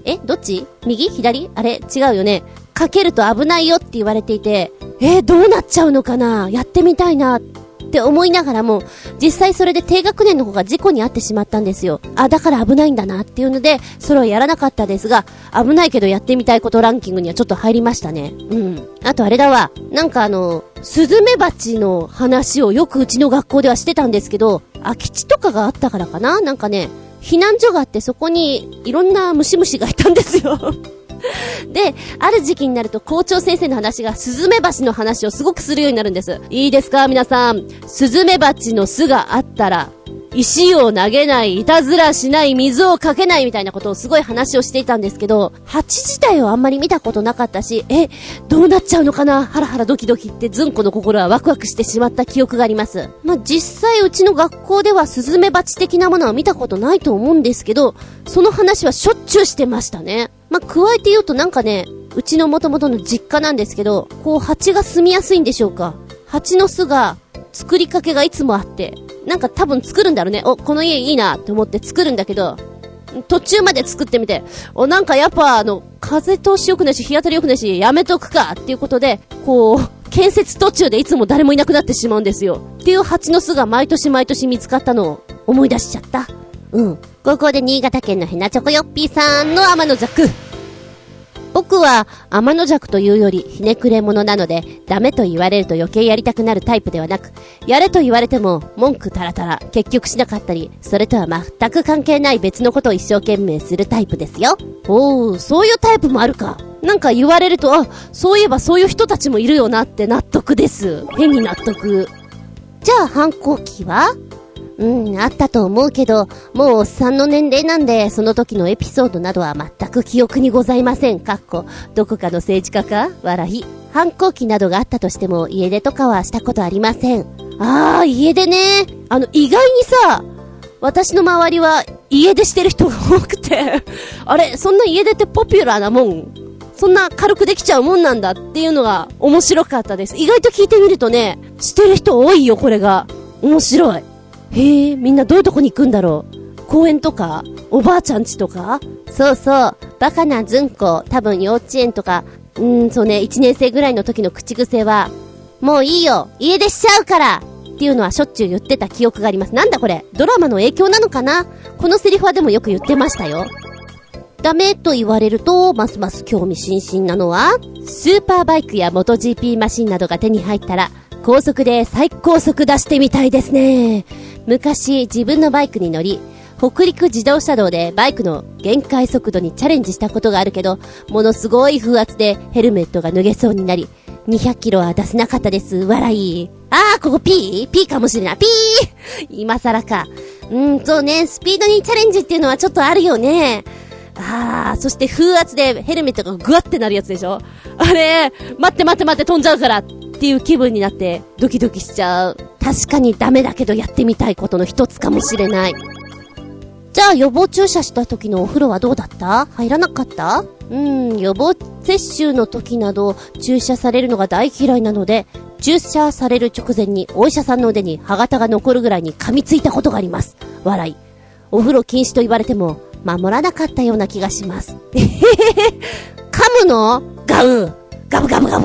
どっち？右？左？あれ違うよね。かけると危ないよって言われていて、どうなっちゃうのかな？やってみたいなって思いながらも、実際それで低学年の子が事故に遭ってしまったんですよ。だから危ないんだなっていうので、それをやらなかったですが、危ないけどやってみたいことランキングにはちょっと入りましたね。あとあれだわ。なんかスズメバチの話をよくうちの学校ではしてたんですけど、空き地とかがあったからかな？なんかね、避難所があってそこにいろんなムシムシがいたんですよ。で、ある時期になると校長先生の話がスズメバチの話をすごくするようになるんです。いいですか皆さん。スズメバチの巣があったら、石を投げない、いたずらしない、水をかけないみたいなことをすごい話をしていたんですけど、蜂自体をあんまり見たことなかったし、どうなっちゃうのかな、ハラハラドキドキってずんこの心はワクワクしてしまった記憶があります。実際うちの学校ではスズメバチ的なものは見たことないと思うんですけど、その話はしょっちゅうしてましたね。加えて言うとなんかね、うちの元々の実家なんですけど、蜂が住みやすいんでしょうか。蜂の巣が、作りかけがいつもあって、なんか多分作るんだろうね。この家いいなって思って作るんだけど、途中まで作ってみて、なんかやっぱ風通し良くないし、日当たり良くないし、やめとくかっていうことで、建設途中でいつも誰もいなくなってしまうんですよ。っていう蜂の巣が毎年毎年見つかったのを思い出しちゃった。ここで新潟県のヘナチョコヨッピーさんの天の弱。僕は天の弱というよりひねくれ者なので、ダメと言われると余計やりたくなるタイプではなく、やれと言われても文句たらたら結局しなかったり、それとは全く関係ない別のことを一生懸命するタイプですよ。そういうタイプもあるか。なんか言われると、そういえばそういう人たちもいるよなって納得です。変に納得。じゃあ反抗期は？あったと思うけど、もうおっさんの年齢なんで、その時のエピソードなどは全く記憶にございません。どこかの政治家か？笑い。反抗期などがあったとしても、家出とかはしたことありません。家出ね。意外にさ、私の周りは家出してる人が多くて、そんな家出ってポピュラーなもん？そんな軽くできちゃうもんなんだっていうのが面白かったです。意外と聞いてみるとね、してる人多いよ、これが。面白い。みんなどういうとこに行くんだろう。公園とかおばあちゃん家とか。そうそう、バカなずんこ、多分幼稚園とか、そうね、1年生ぐらいの時の口癖は、もういいよ、家出しちゃうからっていうのはしょっちゅう言ってた記憶があります。なんだこれ、ドラマの影響なのかな。このセリフはでもよく言ってましたよ。ダメと言われるとますます興味津々なのは、スーパーバイクやモト GP マシンなどが手に入ったら高速で最高速出してみたいですね。昔自分のバイクに乗り、北陸自動車道でバイクの限界速度にチャレンジしたことがあるけど、ものすごい風圧でヘルメットが脱げそうになり、200キロは出せなかったです。笑い。ここピーかもしれない。ピー今更か。そうね、スピードにチャレンジっていうのはちょっとあるよね。そして風圧でヘルメットがグワってなるやつでしょ。待って飛んじゃうからっていう気分になってドキドキしちゃう。確かにダメだけどやってみたいことの一つかもしれない。じゃあ予防注射した時のお風呂はどうだった？入らなかった？予防接種の時など注射されるのが大嫌いなので、注射される直前にお医者さんの腕に歯型が残るぐらいに噛みついたことがあります。笑い。お風呂禁止と言われても守らなかったような気がします。噛むの？ガブガブ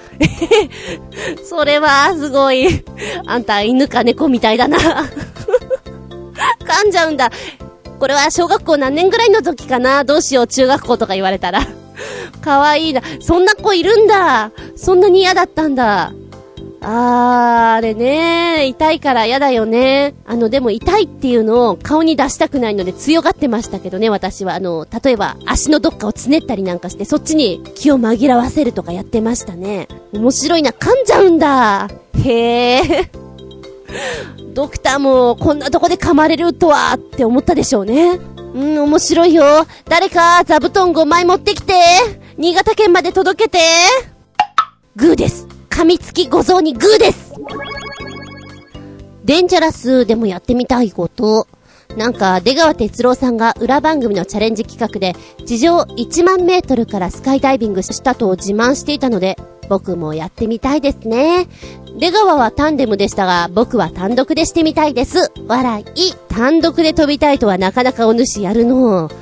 それはすごい。あんた犬か猫みたいだな。噛んじゃうんだ。これは小学校何年ぐらいの時かな。どうしよう、中学校とか言われたら。かわいいな。そんな子いるんだ。そんなに嫌だったんだ。あれね、痛いから嫌だよね。でも痛いっていうのを顔に出したくないので強がってましたけどね、私は。例えば足のどっかをつねったりなんかして、そっちに気を紛らわせるとかやってましたね。面白いな、噛んじゃうんだ。へー。ドクターもこんなとこで噛まれるとはって思ったでしょうね。面白いよ。誰か座布団5枚持ってきて。新潟県まで届けて。グーです。噛みつきごぞうにグーです。デンジャラスでもやってみたいこと。なんか出川哲朗さんが裏番組のチャレンジ企画で地上1万メートルからスカイダイビングしたと自慢していたので、僕もやってみたいですね。出川はタンデムでしたが、僕は単独でしてみたいです。笑い。単独で飛びたいとはなかなかお主やるの。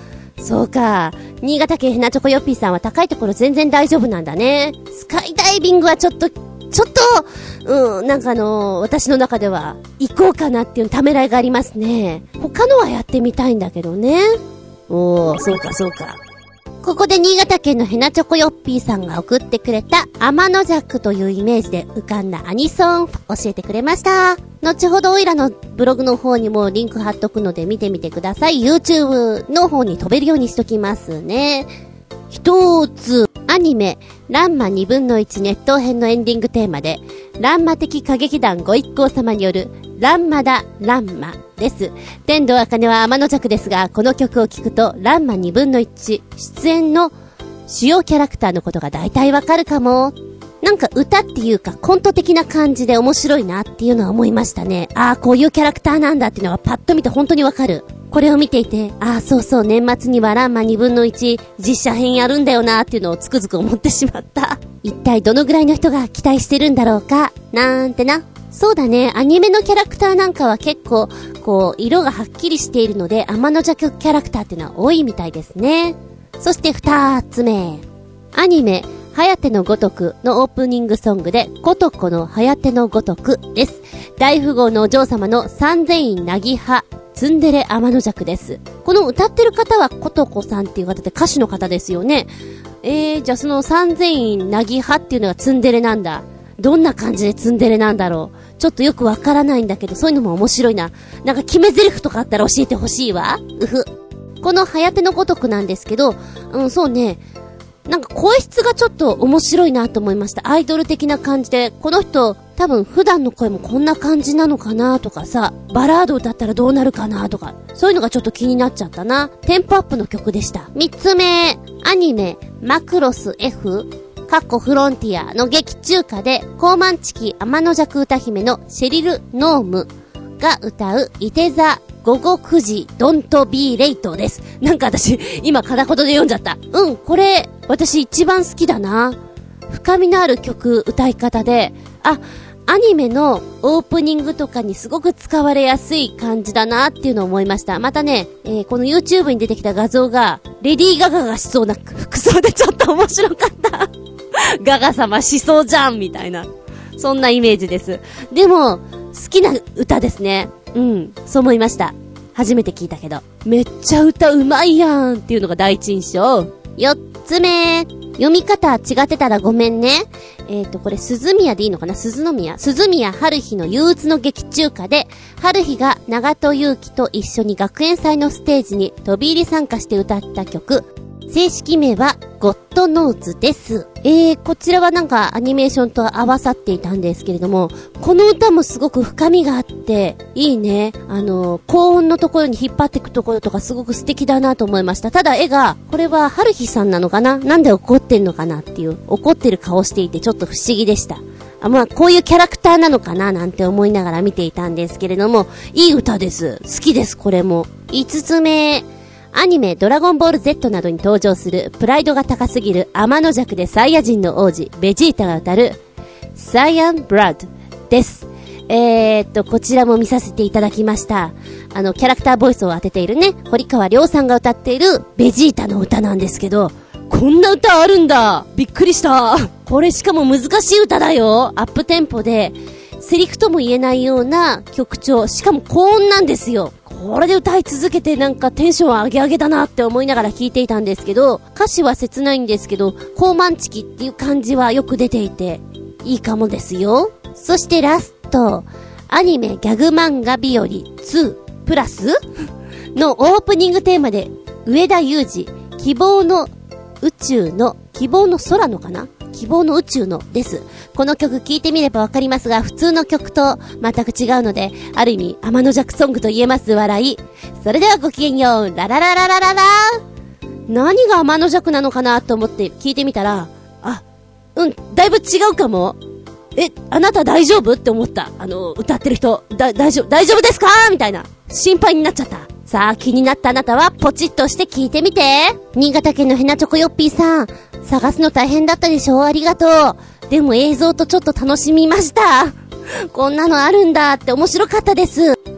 そうか。新潟県ヘナチョコヨッピーさんは高いところ全然大丈夫なんだね。スカイダイビングはちょっと、なんか私の中では行こうかなっていうためらいがありますね。他のはやってみたいんだけどね。そうか。ここで新潟県のヘナチョコヨッピーさんが送ってくれた天の弱というイメージで浮かんだアニソン教えてくれました。後ほどオイラのブログの方にもリンク貼っとくので見てみてください。YouTube の方に飛べるようにしときますね。一つ、アニメ、ランマ2分の1熱湯編のエンディングテーマで、ランマ的歌劇団ご一行様による、ランマだ、ランマです。天童茜は天の弱ですが、この曲を聴くと、ランマ2分の1、出演の主要キャラクターのことが大体わかるかも。なんか歌っていうかコント的な感じで面白いなっていうのは思いましたね。こういうキャラクターなんだっていうのがパッと見て本当にわかる。これを見ていて、そう年末にはランマ2分の1実写編やるんだよなっていうのをつくづく思ってしまった。一体どのぐらいの人が期待してるんだろうかなんてな。そうだね、アニメのキャラクターなんかは結構色がはっきりしているので天の弱キャラクターっていうのは多いみたいですね。そして二つ目、アニメはやてのごとくのオープニングソングでことこのはやてのごとくです。大富豪のお嬢様の三千院なぎはツンデレ天の弱です。この歌ってる方はことこさんっていう方で歌手の方ですよね。じゃあその三千院なぎはっていうのがツンデレなんだ。どんな感じでツンデレなんだろう。ちょっとよくわからないんだけど、そういうのも面白いな。なんか決め台詞とかあったら教えてほしいわ。このはやてのごとくなんですけど、そうね。なんか声質がちょっと面白いなと思いました。アイドル的な感じで、この人多分普段の声もこんな感じなのかなとかさ、バラード歌ったらどうなるかなとか、そういうのがちょっと気になっちゃったな。テンポアップの曲でした。三つ目、アニメマクロス Fフロンティアの劇中歌で高慢チキ天の弱歌姫のシェリル・ノームが歌ういて座午後9時ドントビーレイトです。なんか私今片言で読んじゃった。これ私一番好きだな。深みのある曲歌い方で、アニメのオープニングとかにすごく使われやすい感じだなっていうのを思いました。またね、この YouTube に出てきた画像がレディーガガがしそうな服装でちょっと面白かったガガ様しそうじゃんみたいな、そんなイメージです。でも好きな歌ですね。そう思いました。初めて聞いたけどめっちゃ歌うまいやんっていうのが第一印象。四つ目、読み方違ってたらごめんね。これ鈴宮でいいのかな、鈴宮春日の憂鬱の劇中歌で、春日が長戸祐樹と一緒に学園祭のステージに飛び入り参加して歌った曲、正式名はゴッドノーズです。こちらはなんかアニメーションと合わさっていたんですけれども、この歌もすごく深みがあっていいね。高音のところに引っ張っていくところとかすごく素敵だなと思いました。ただ絵が、これは春日さんなのかな、なんで怒ってんのかなっていう、怒ってる顔していてちょっと不思議でした。こういうキャラクターなのかななんて思いながら見ていたんですけれども、いい歌です。好きです、これも。五つ目、アニメドラゴンボール Z などに登場するプライドが高すぎる天の弱でサイヤ人の王子ベジータが歌るサイアンブラッドです。こちらも見させていただきました。キャラクターボイスを当てているね、堀川亮さんが歌っているベジータの歌なんですけど、こんな歌あるんだ、びっくりした。これしかも難しい歌だよ。アップテンポでセリフとも言えないような曲調、しかも高音なんですよ。これで歌い続けてなんかテンション上げ上げだなって思いながら聴いていたんですけど、歌詞は切ないんですけど高慢チキっていう感じはよく出ていていいかもですよ。そしてラスト、アニメギャグ漫画日和2プラスのオープニングテーマで上田裕二希望の宇宙の希望の空のかな、希望の宇宙のです。この曲聴いてみればわかりますが、普通の曲と全く違うので、ある意味天の弱ソングと言えます。笑い。それではごきげんよう。ラララララララ。何が天の弱なのかなと思って聞いてみたら、だいぶ違うかも。あなた大丈夫って思った。歌ってる人、大丈夫ですかみたいな。心配になっちゃった。さあ、気になったあなたはポチッとして聞いてみて。新潟県のヘナチョコヨッピーさん、探すの大変だったでしょ、ありがとう。でも映像とちょっと楽しみました。こんなのあるんだって面白かったです。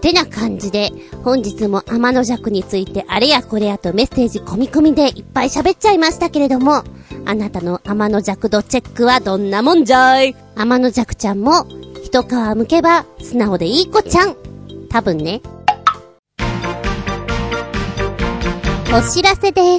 てな感じで、本日も天の弱についてあれやこれやとメッセージ込み込みでいっぱい喋っちゃいましたけれども、あなたの天の弱度チェックはどんなもんじゃい。天の弱ちゃんも一皮むけば素直でいい子ちゃん。多分ね。お知らせです。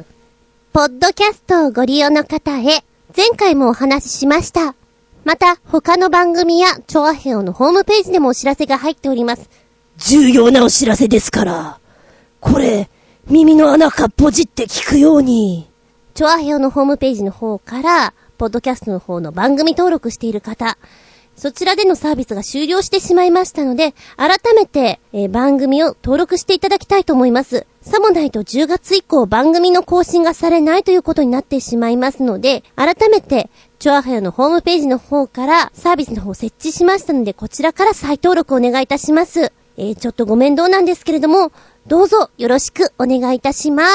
ポッドキャストをご利用の方へ、前回もお話ししました。また、他の番組やチョアヘオのホームページでもお知らせが入っております。 重要なお知らせですから。これ、耳の穴かっぽじって聞くように。 チョアヘオのホームページの方から、ポッドキャストの方の番組登録している方、そちらでのサービスが終了してしまいましたので、改めて、番組を登録していただきたいと思います。さもないと10月以降番組の更新がされないということになってしまいますので、改めて、チョアヘオのホームページの方からサービスの方を設置しましたので、こちらから再登録お願いいたします。ちょっとご面倒なんですけれども、どうぞよろしくお願いいたします。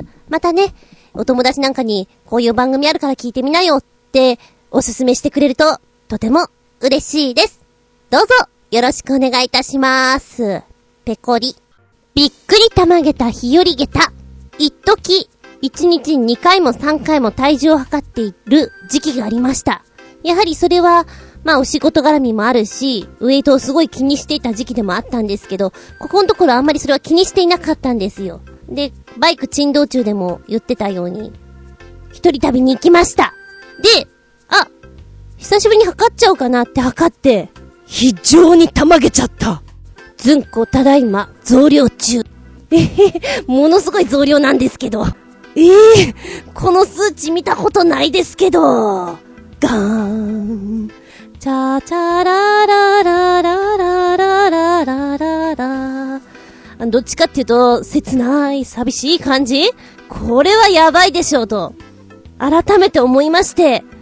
またね、お友達なんかにこういう番組あるから聞いてみなよっておすすめしてくれるととても嬉しいです。どうぞよろしくお願いいたします。ペコリ。びっくりたまげた日和げた。一時、1日2回も3回も体重を測っている時期がありました。やはりそれは、お仕事絡みもあるし、ウェイトをすごい気にしていた時期でもあったんですけど、ここのところあんまりそれは気にしていなかったんですよ。で、バイク珍道中でも言ってたように、一人旅に行きました。で、久しぶりに測っちゃおうかなって測って、 非常にたまげちゃった。 ずんこただいま増量中。ものすごい増量なんですけど。この数値見たことないですけど。ガーン。チャチャララララララララララ。どっちかっていうと、切ない、寂しい感じ？これはやばいでしょうと、改めて思いまして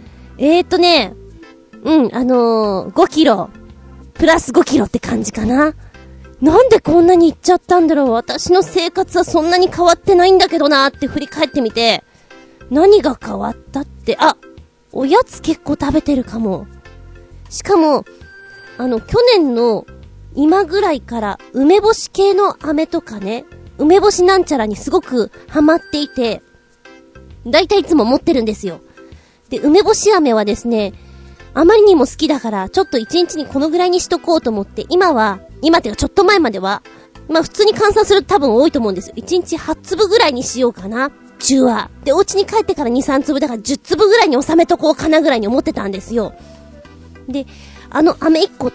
。5キロ。プラス5キロって感じかな。なんでこんなにいっちゃったんだろう。私の生活はそんなに変わってないんだけどなって振り返ってみて、何が変わったって、おやつ結構食べてるかも。しかも、去年の今ぐらいから梅干し系の飴とかね、梅干しなんちゃらにすごくハマっていて、だいたいいつも持ってるんですよ。で、梅干し飴はですね、あまりにも好きだから、ちょっと1日にこのぐらいにしとこうと思って、今っていうかちょっと前までは、普通に換算すると多分多いと思うんですよ。1日8粒ぐらいにしようかな。中は。で、お家に帰ってから2、3粒だから10粒ぐらいに収めとこうかなぐらいに思ってたんですよ。で、飴1個って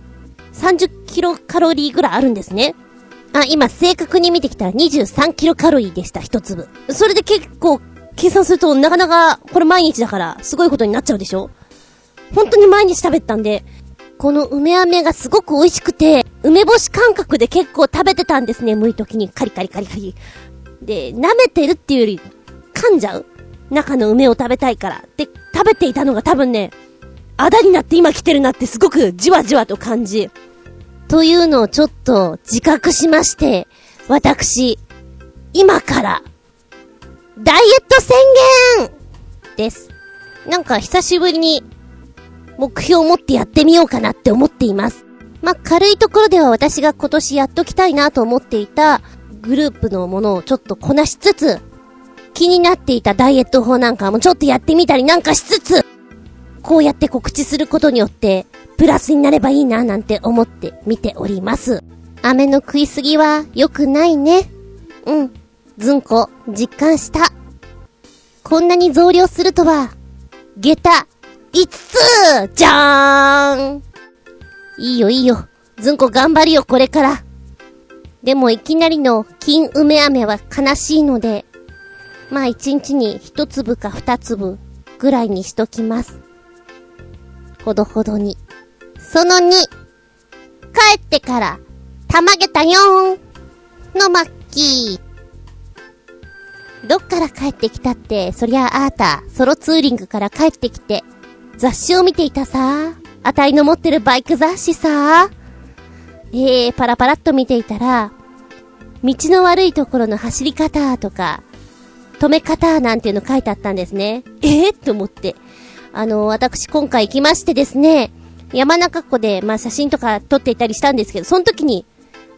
、30キロカロリーぐらいあるんですね。今正確に見てきたら23キロカロリーでした、1粒。それで結構、計算するとなかなか、これ毎日だから、すごいことになっちゃうでしょ？本当に毎日食べたんで、この梅飴がすごく美味しくて、梅干し感覚で結構食べてたんですね、剥いときに。カリカリカリカリ。で、舐めてるっていうより、噛んじゃう？中の梅を食べたいから。で、食べていたのが多分ね、あだになって今来てるなってすごくじわじわと感じ。というのをちょっと自覚しまして、私、今から、ダイエット宣言です。なんか久しぶりに、目標を持ってやってみようかなって思っています。軽いところでは私が今年やっときたいなと思っていたグループのものをちょっとこなしつつ、気になっていたダイエット法なんかもちょっとやってみたりなんかしつつ、こうやって告知することによってプラスになればいいななんて思って見ております。飴の食いすぎは良くないね。ずんこ実感した。こんなに増量するとは、下駄5つじゃーん。いいよ。ずんこ頑張るよ、これから。でもいきなりの金梅飴は悲しいので、1日に1粒か2粒ぐらいにしときます。ほどほどに。その2、帰ってから、たまげたよーんのマッキー。どっから帰ってきたって、そりゃあーた、ソロツーリングから帰ってきて、雑誌を見ていたさ。あたいの持ってるバイク雑誌さ。パラパラっと見ていたら、道の悪いところの走り方とか、止め方なんていうの書いてあったんですね。と思って。私今回行きましてですね、山中湖で写真とか撮っていたりしたんですけど、その時に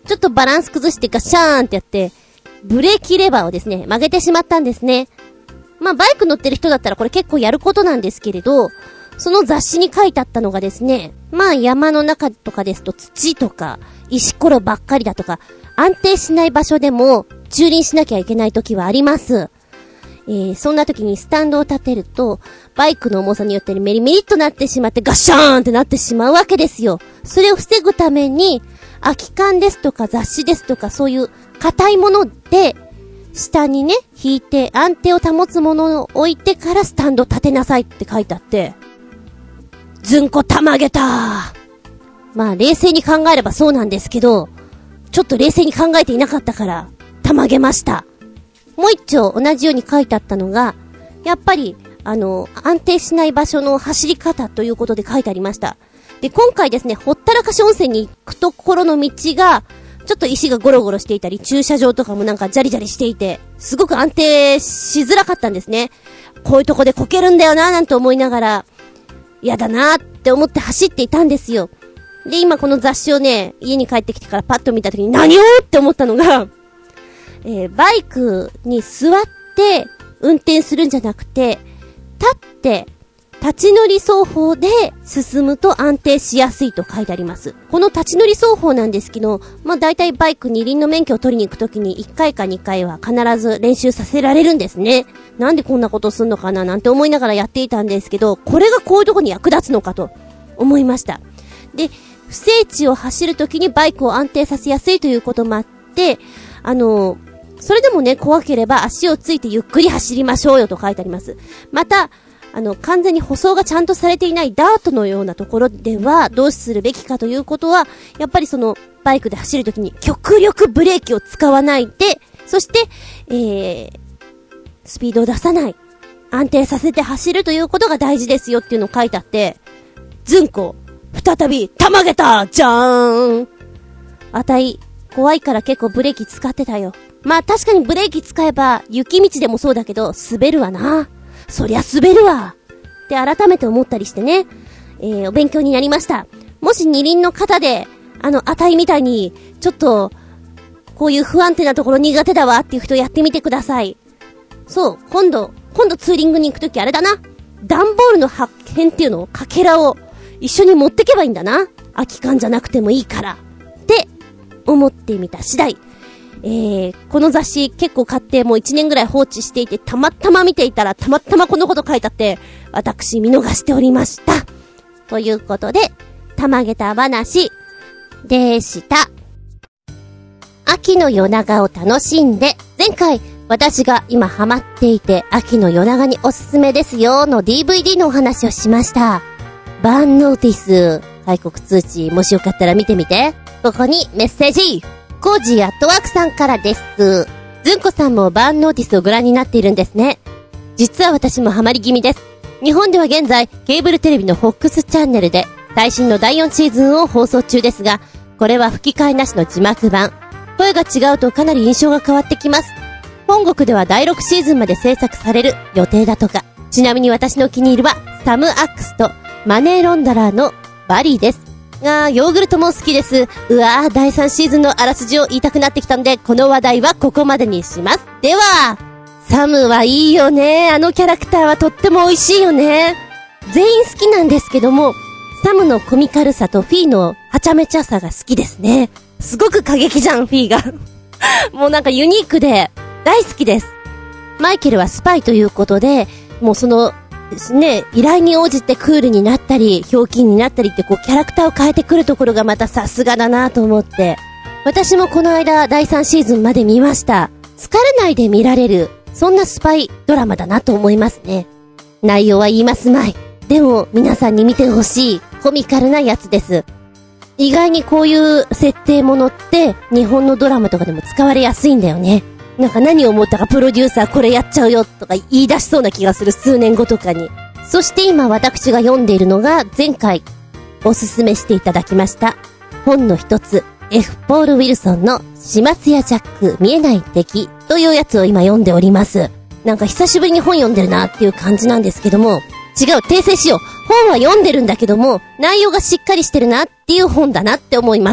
ちょっとバランス崩してガシャーンってやって、ブレーキレバーをですね、曲げてしまったんですね。まあバイク乗ってる人だったらこれ結構やることなんですけれど、その雑誌に書いてあったのがですね、まあ山の中とかですと土とか石ころばっかりだとか、安定しない場所でも駐輪しなきゃいけない時はあります。そんな時にスタンドを立てると、バイクの重さによってメリメリっとなってしまってガシャーンってなってしまうわけですよ。それを防ぐために、空き缶ですとか雑誌ですとかそういう硬いもので、下にね、引いて安定を保つものを置いてからスタンド立てなさいって書いてあって、ずんこたまげた。まあ冷静に考えればそうなんですけど、ちょっと冷静に考えていなかったから、たまげました。もう一丁同じように書いてあったのが、やっぱり、安定しない場所の走り方ということで書いてありました。で、今回ですね、ほったらかし温泉に行くところの道が、ちょっと石がゴロゴロしていたり、駐車場とかもなんかジャリジャリしていて、すごく安定しづらかったんですね。こういうとこでこけるんだよな、なんて思いながら、嫌だなって思って走っていたんですよ。で、今この雑誌をね、家に帰ってきてからパッと見た時に何をって思ったのが、バイクに座って運転するんじゃなくて、立って立ち乗り走法で進むと安定しやすいと書いてあります。この立ち乗り走法なんですけど、まあ大体バイク二輪の免許を取りに行くときに1回か2回は必ず練習させられるんですね。なんでこんなことすんのかななんて思いながらやっていたんですけど、これがこういうとこに役立つのかと思いました。で、不整地を走るときにバイクを安定させやすいということもあって、それでもね、怖ければ足をついてゆっくり走りましょうよと書いてあります。また、完全に舗装がちゃんとされていないダートのようなところではどうするべきかということは、やっぱりそのバイクで走るときに極力ブレーキを使わないで、そして、スピードを出さない、安定させて走るということが大事ですよっていうのを書いてあって、ずんこ、再びたまげたじゃーん。あたい、怖いから結構ブレーキ使ってたよ。まあ確かにブレーキ使えば雪道でもそうだけど滑るわな。そりゃ滑るわって改めて思ったりしてね、お勉強になりました。もし二輪の方であたいみたいにちょっとこういう不安定なところ苦手だわっていう人やってみてください。そう、今度ツーリングに行くときあれだな、段ボールの破片っていうのをかけらを一緒に持ってけばいいんだな。空き缶じゃなくてもいいからって思ってみた次第。この雑誌結構買ってもう1年ぐらい放置していて、たまたま見ていたらたまたまこのこと書いてあって、私見逃しておりました。ということで、たまげた話でした。秋の夜長を楽しんで、前回私が今ハマっていて秋の夜長におすすめですよの DVD のお話をしました。バーンノーティス開国通知、もしよかったら見てみて。ここにメッセージ、コージーアットワークさんからです。ずんこさんもバーンノーティスをご覧になっているんですね。実は私もハマり気味です。日本では現在ケーブルテレビの FOX チャンネルで最新の第4シーズンを放送中ですが、これは吹き替えなしの字幕版。声が違うとかなり印象が変わってきます。本国では第6シーズンまで制作される予定だとか。ちなみに私のお気に入りはサム・アックスとマネーロンダラーのバリーです。ヨーグルトも好きです。うわー、第3シーズンのあらすじを言いたくなってきたんで、この話題はここまでにします。では、サムはいいよね。あのキャラクターはとっても美味しいよね。全員好きなんですけども、サムのコミカルさとフィーのはちゃめちゃさが好きですね。すごく過激じゃん、フィーが。もうなんかユニークで大好きです。マイケルはスパイということで、もうそのね、依頼に応じてクールになったり、ひょうきんになったりってこうキャラクターを変えてくるところがまたさすがだなと思って、私もこの間第3シーズンまで見ました。疲れないで見られる、そんなスパイドラマだなと思いますね。内容は言いますまい。でも皆さんに見てほしいコミカルなやつです。意外にこういう設定ものって日本のドラマとかでも使われやすいんだよね。なんか何を思ったかプロデューサーこれやっちゃうよとか言い出しそうな気がする、数年後とかに。そして今私が読んでいるのが前回おすすめしていただきました本の一つ、F. ポール・ウィルソンの始末屋ジャック見えない敵というやつを今読んでおります。なんか久しぶりに本読んでるなっていう感じなんですけども、違う、訂正しよう。本は読んでるんだけども内容がしっかりしてるなっていう本だなって思います。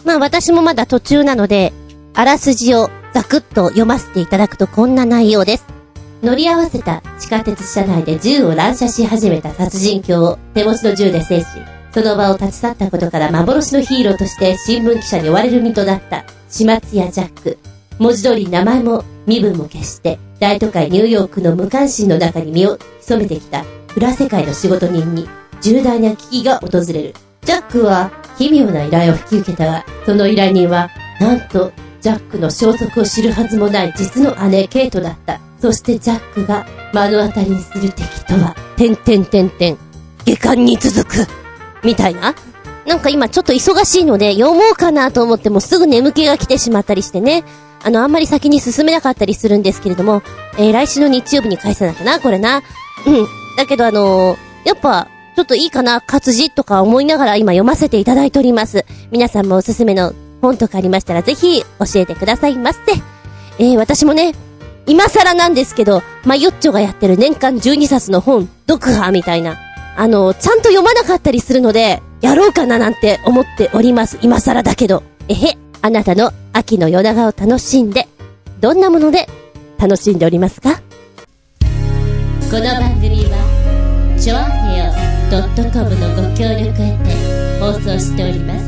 まあ私もまだ途中なので、あらすじをざくっと読ませていただくとこんな内容です。乗り合わせた地下鉄車内で銃を乱射し始めた殺人狂を手持ちの銃で制し、その場を立ち去ったことから幻のヒーローとして新聞記者に追われる身となった始末屋ジャック。文字通り名前も身分も消して大都会ニューヨークの無関心の中に身を潜めてきた裏世界の仕事人に重大な危機が訪れる。ジャックは奇妙な依頼を引き受けたが、その依頼人はなんとジャックの消息を知るはずもない実の姉ケイトだった。そしてジャックが目の当たりにする敵とは下巻に続くみたいな。なんか今ちょっと忙しいので読もうかなと思ってもすぐ眠気が来てしまったりしてね、あんまり先に進めなかったりするんですけれども、来週の日曜日に返さなきゃなこれな。だけどやっぱちょっといいかな活字とか思いながら今読ませていただいております。皆さんもおすすめの本とかありましたらぜひ教えてくださいませ。私もね、今更なんですけど、ヨッチョがやってる年間12冊の本読破みたいな、ちゃんと読まなかったりするので、やろうかななんて思っております。今更だけど。あなたの秋の夜長を楽しんで、どんなもので楽しんでおりますか？ この番組は、ちょあへよ .com のご協力へて放送しております。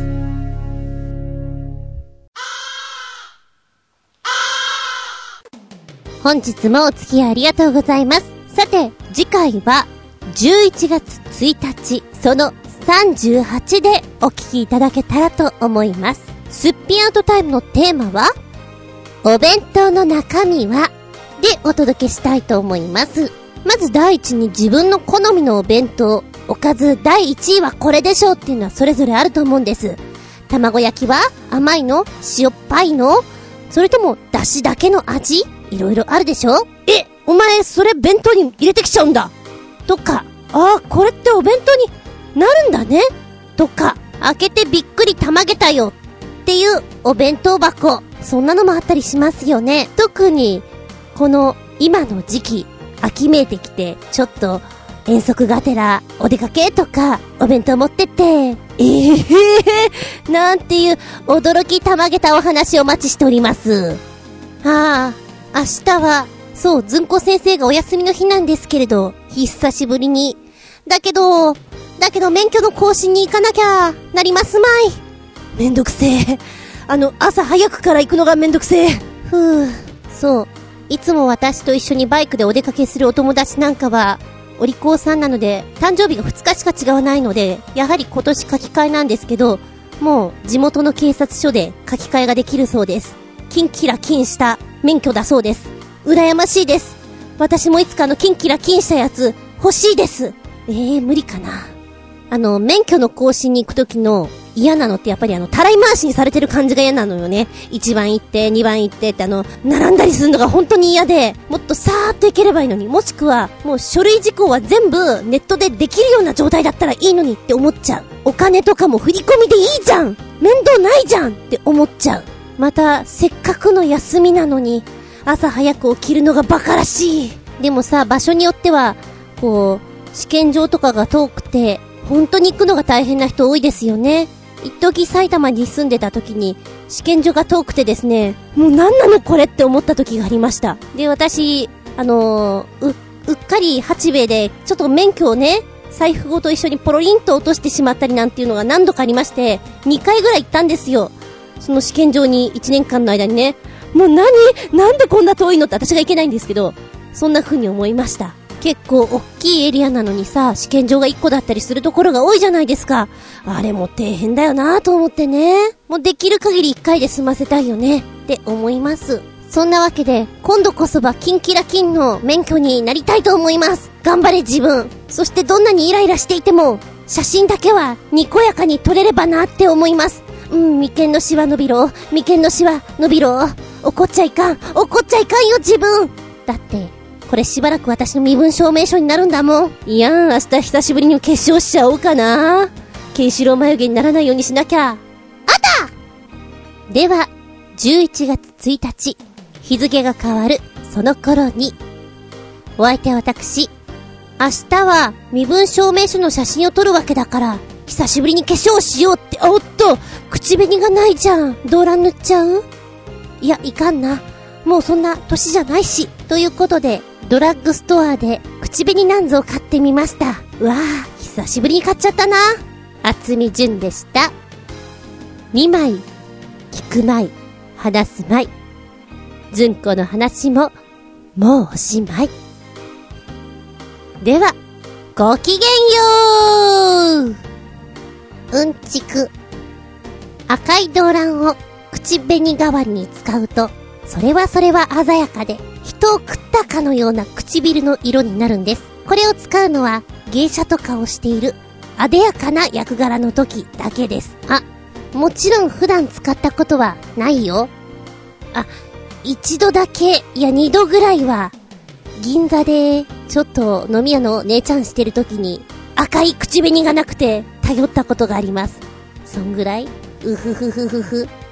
本日もお付き合いありがとうございます。さて、次回は11月1日、その38でお聞きいただけたらと思います。すっぴんアウトタイムのテーマは、お弁当の中身はでお届けしたいと思います。まず第一に自分の好みのお弁当、おかず第1位はこれでしょうっていうのはそれぞれあると思うんです。卵焼きは甘いの？塩っぱいの？それとも出汁だけの味？いろいろあるでしょ？お前それ弁当に入れてきちゃうんだとか、これってお弁当になるんだねとか、開けてびっくりたまげたよっていうお弁当箱、そんなのもあったりしますよね。特にこの今の時期、秋めいてきてちょっと遠足がてらお出かけとかお弁当持ってってなんていう驚きたまげたお話をお待ちしております。明日はそうずんこ先生がお休みの日なんですけれど、久しぶりにだけど免許の更新に行かなきゃなりますまい。めんどくせえ。朝早くから行くのがめんどくせえ。そう。いつも私と一緒にバイクでお出かけするお友達なんかは、お利口さんなので、誕生日が2日しか違わないので、やはり今年書き換えなんですけど、もう地元の警察署で書き換えができるそうです。キンキラキンした免許だそうです。羨ましいです。私もいつかキンキラキンしたやつ欲しいです。無理かな。免許の更新に行くときの嫌なのってやっぱりたらい回しにされてる感じが嫌なのよね。1番行って2番行ってって並んだりするのが本当に嫌で、もっとさーっと行ければいいのに、もしくはもう書類事項は全部ネットでできるような状態だったらいいのにって思っちゃう。お金とかも振り込みでいいじゃん、面倒ないじゃんって思っちゃう。またせっかくの休みなのに朝早く起きるのがバカらしい。でもさ、場所によってはこう試験場とかが遠くて本当に行くのが大変な人多いですよね。一時埼玉に住んでた時に試験所が遠くてですね、もう何なのこれって思った時がありました。で、私うっかり八兵衛でちょっと免許をね、財布ごと一緒にポロリンと落としてしまったりなんていうのが何度かありまして、2回ぐらい行ったんですよ。その試験場に1年間の間にね。もうなんでこんな遠いのって私が行けないんですけど、そんな風に思いました。結構大きいエリアなのにさ、試験場が1個だったりするところが多いじゃないですか。あれも底辺だよなと思ってね。もうできる限り1回で済ませたいよねって思います。そんなわけで、今度こそはキンキラキンの免許になりたいと思います。頑張れ自分。そしてどんなにイライラしていても、写真だけはにこやかに撮れればなって思います。眉間のシワ伸びろ。眉間のシワ伸びろ。怒っちゃいかんよ自分。だって、これしばらく私の身分証明書になるんだもん。いやー、明日久しぶりに化粧しちゃおうかな。ケンシロウ眉毛にならないようにしなきゃ。あったでは、11月1日、日付が変わるその頃に、お相手は私、明日は身分証明書の写真を撮るわけだから、 久しぶりに化粧しようって、おっと、口紅がないじゃん。動乱塗っちゃう？いや、いかんな。もうそんな年じゃないし。ということで、ドラッグストアで口紅なんぞを買ってみました。うわぁ、久しぶりに買っちゃったな。厚み純でした。見舞い、聞く舞い、話す舞い。純子の話も、もうおしまい。では、ごきげんよう。うんちく。赤い動乱を口紅代わりに使うと、それは鮮やかで、人を食ったかのような唇の色になるんです。これを使うのは、芸者とかをしている、あでやかな役柄の時だけです。あ、もちろん普段使ったことはないよ。あ、一度だけ、いや二度ぐらいは、銀座で、ちょっと飲み屋の姉ちゃんしてる時に、赤い口紅がなくて、頼ったことがあります。そんぐらい？うふふふふふ。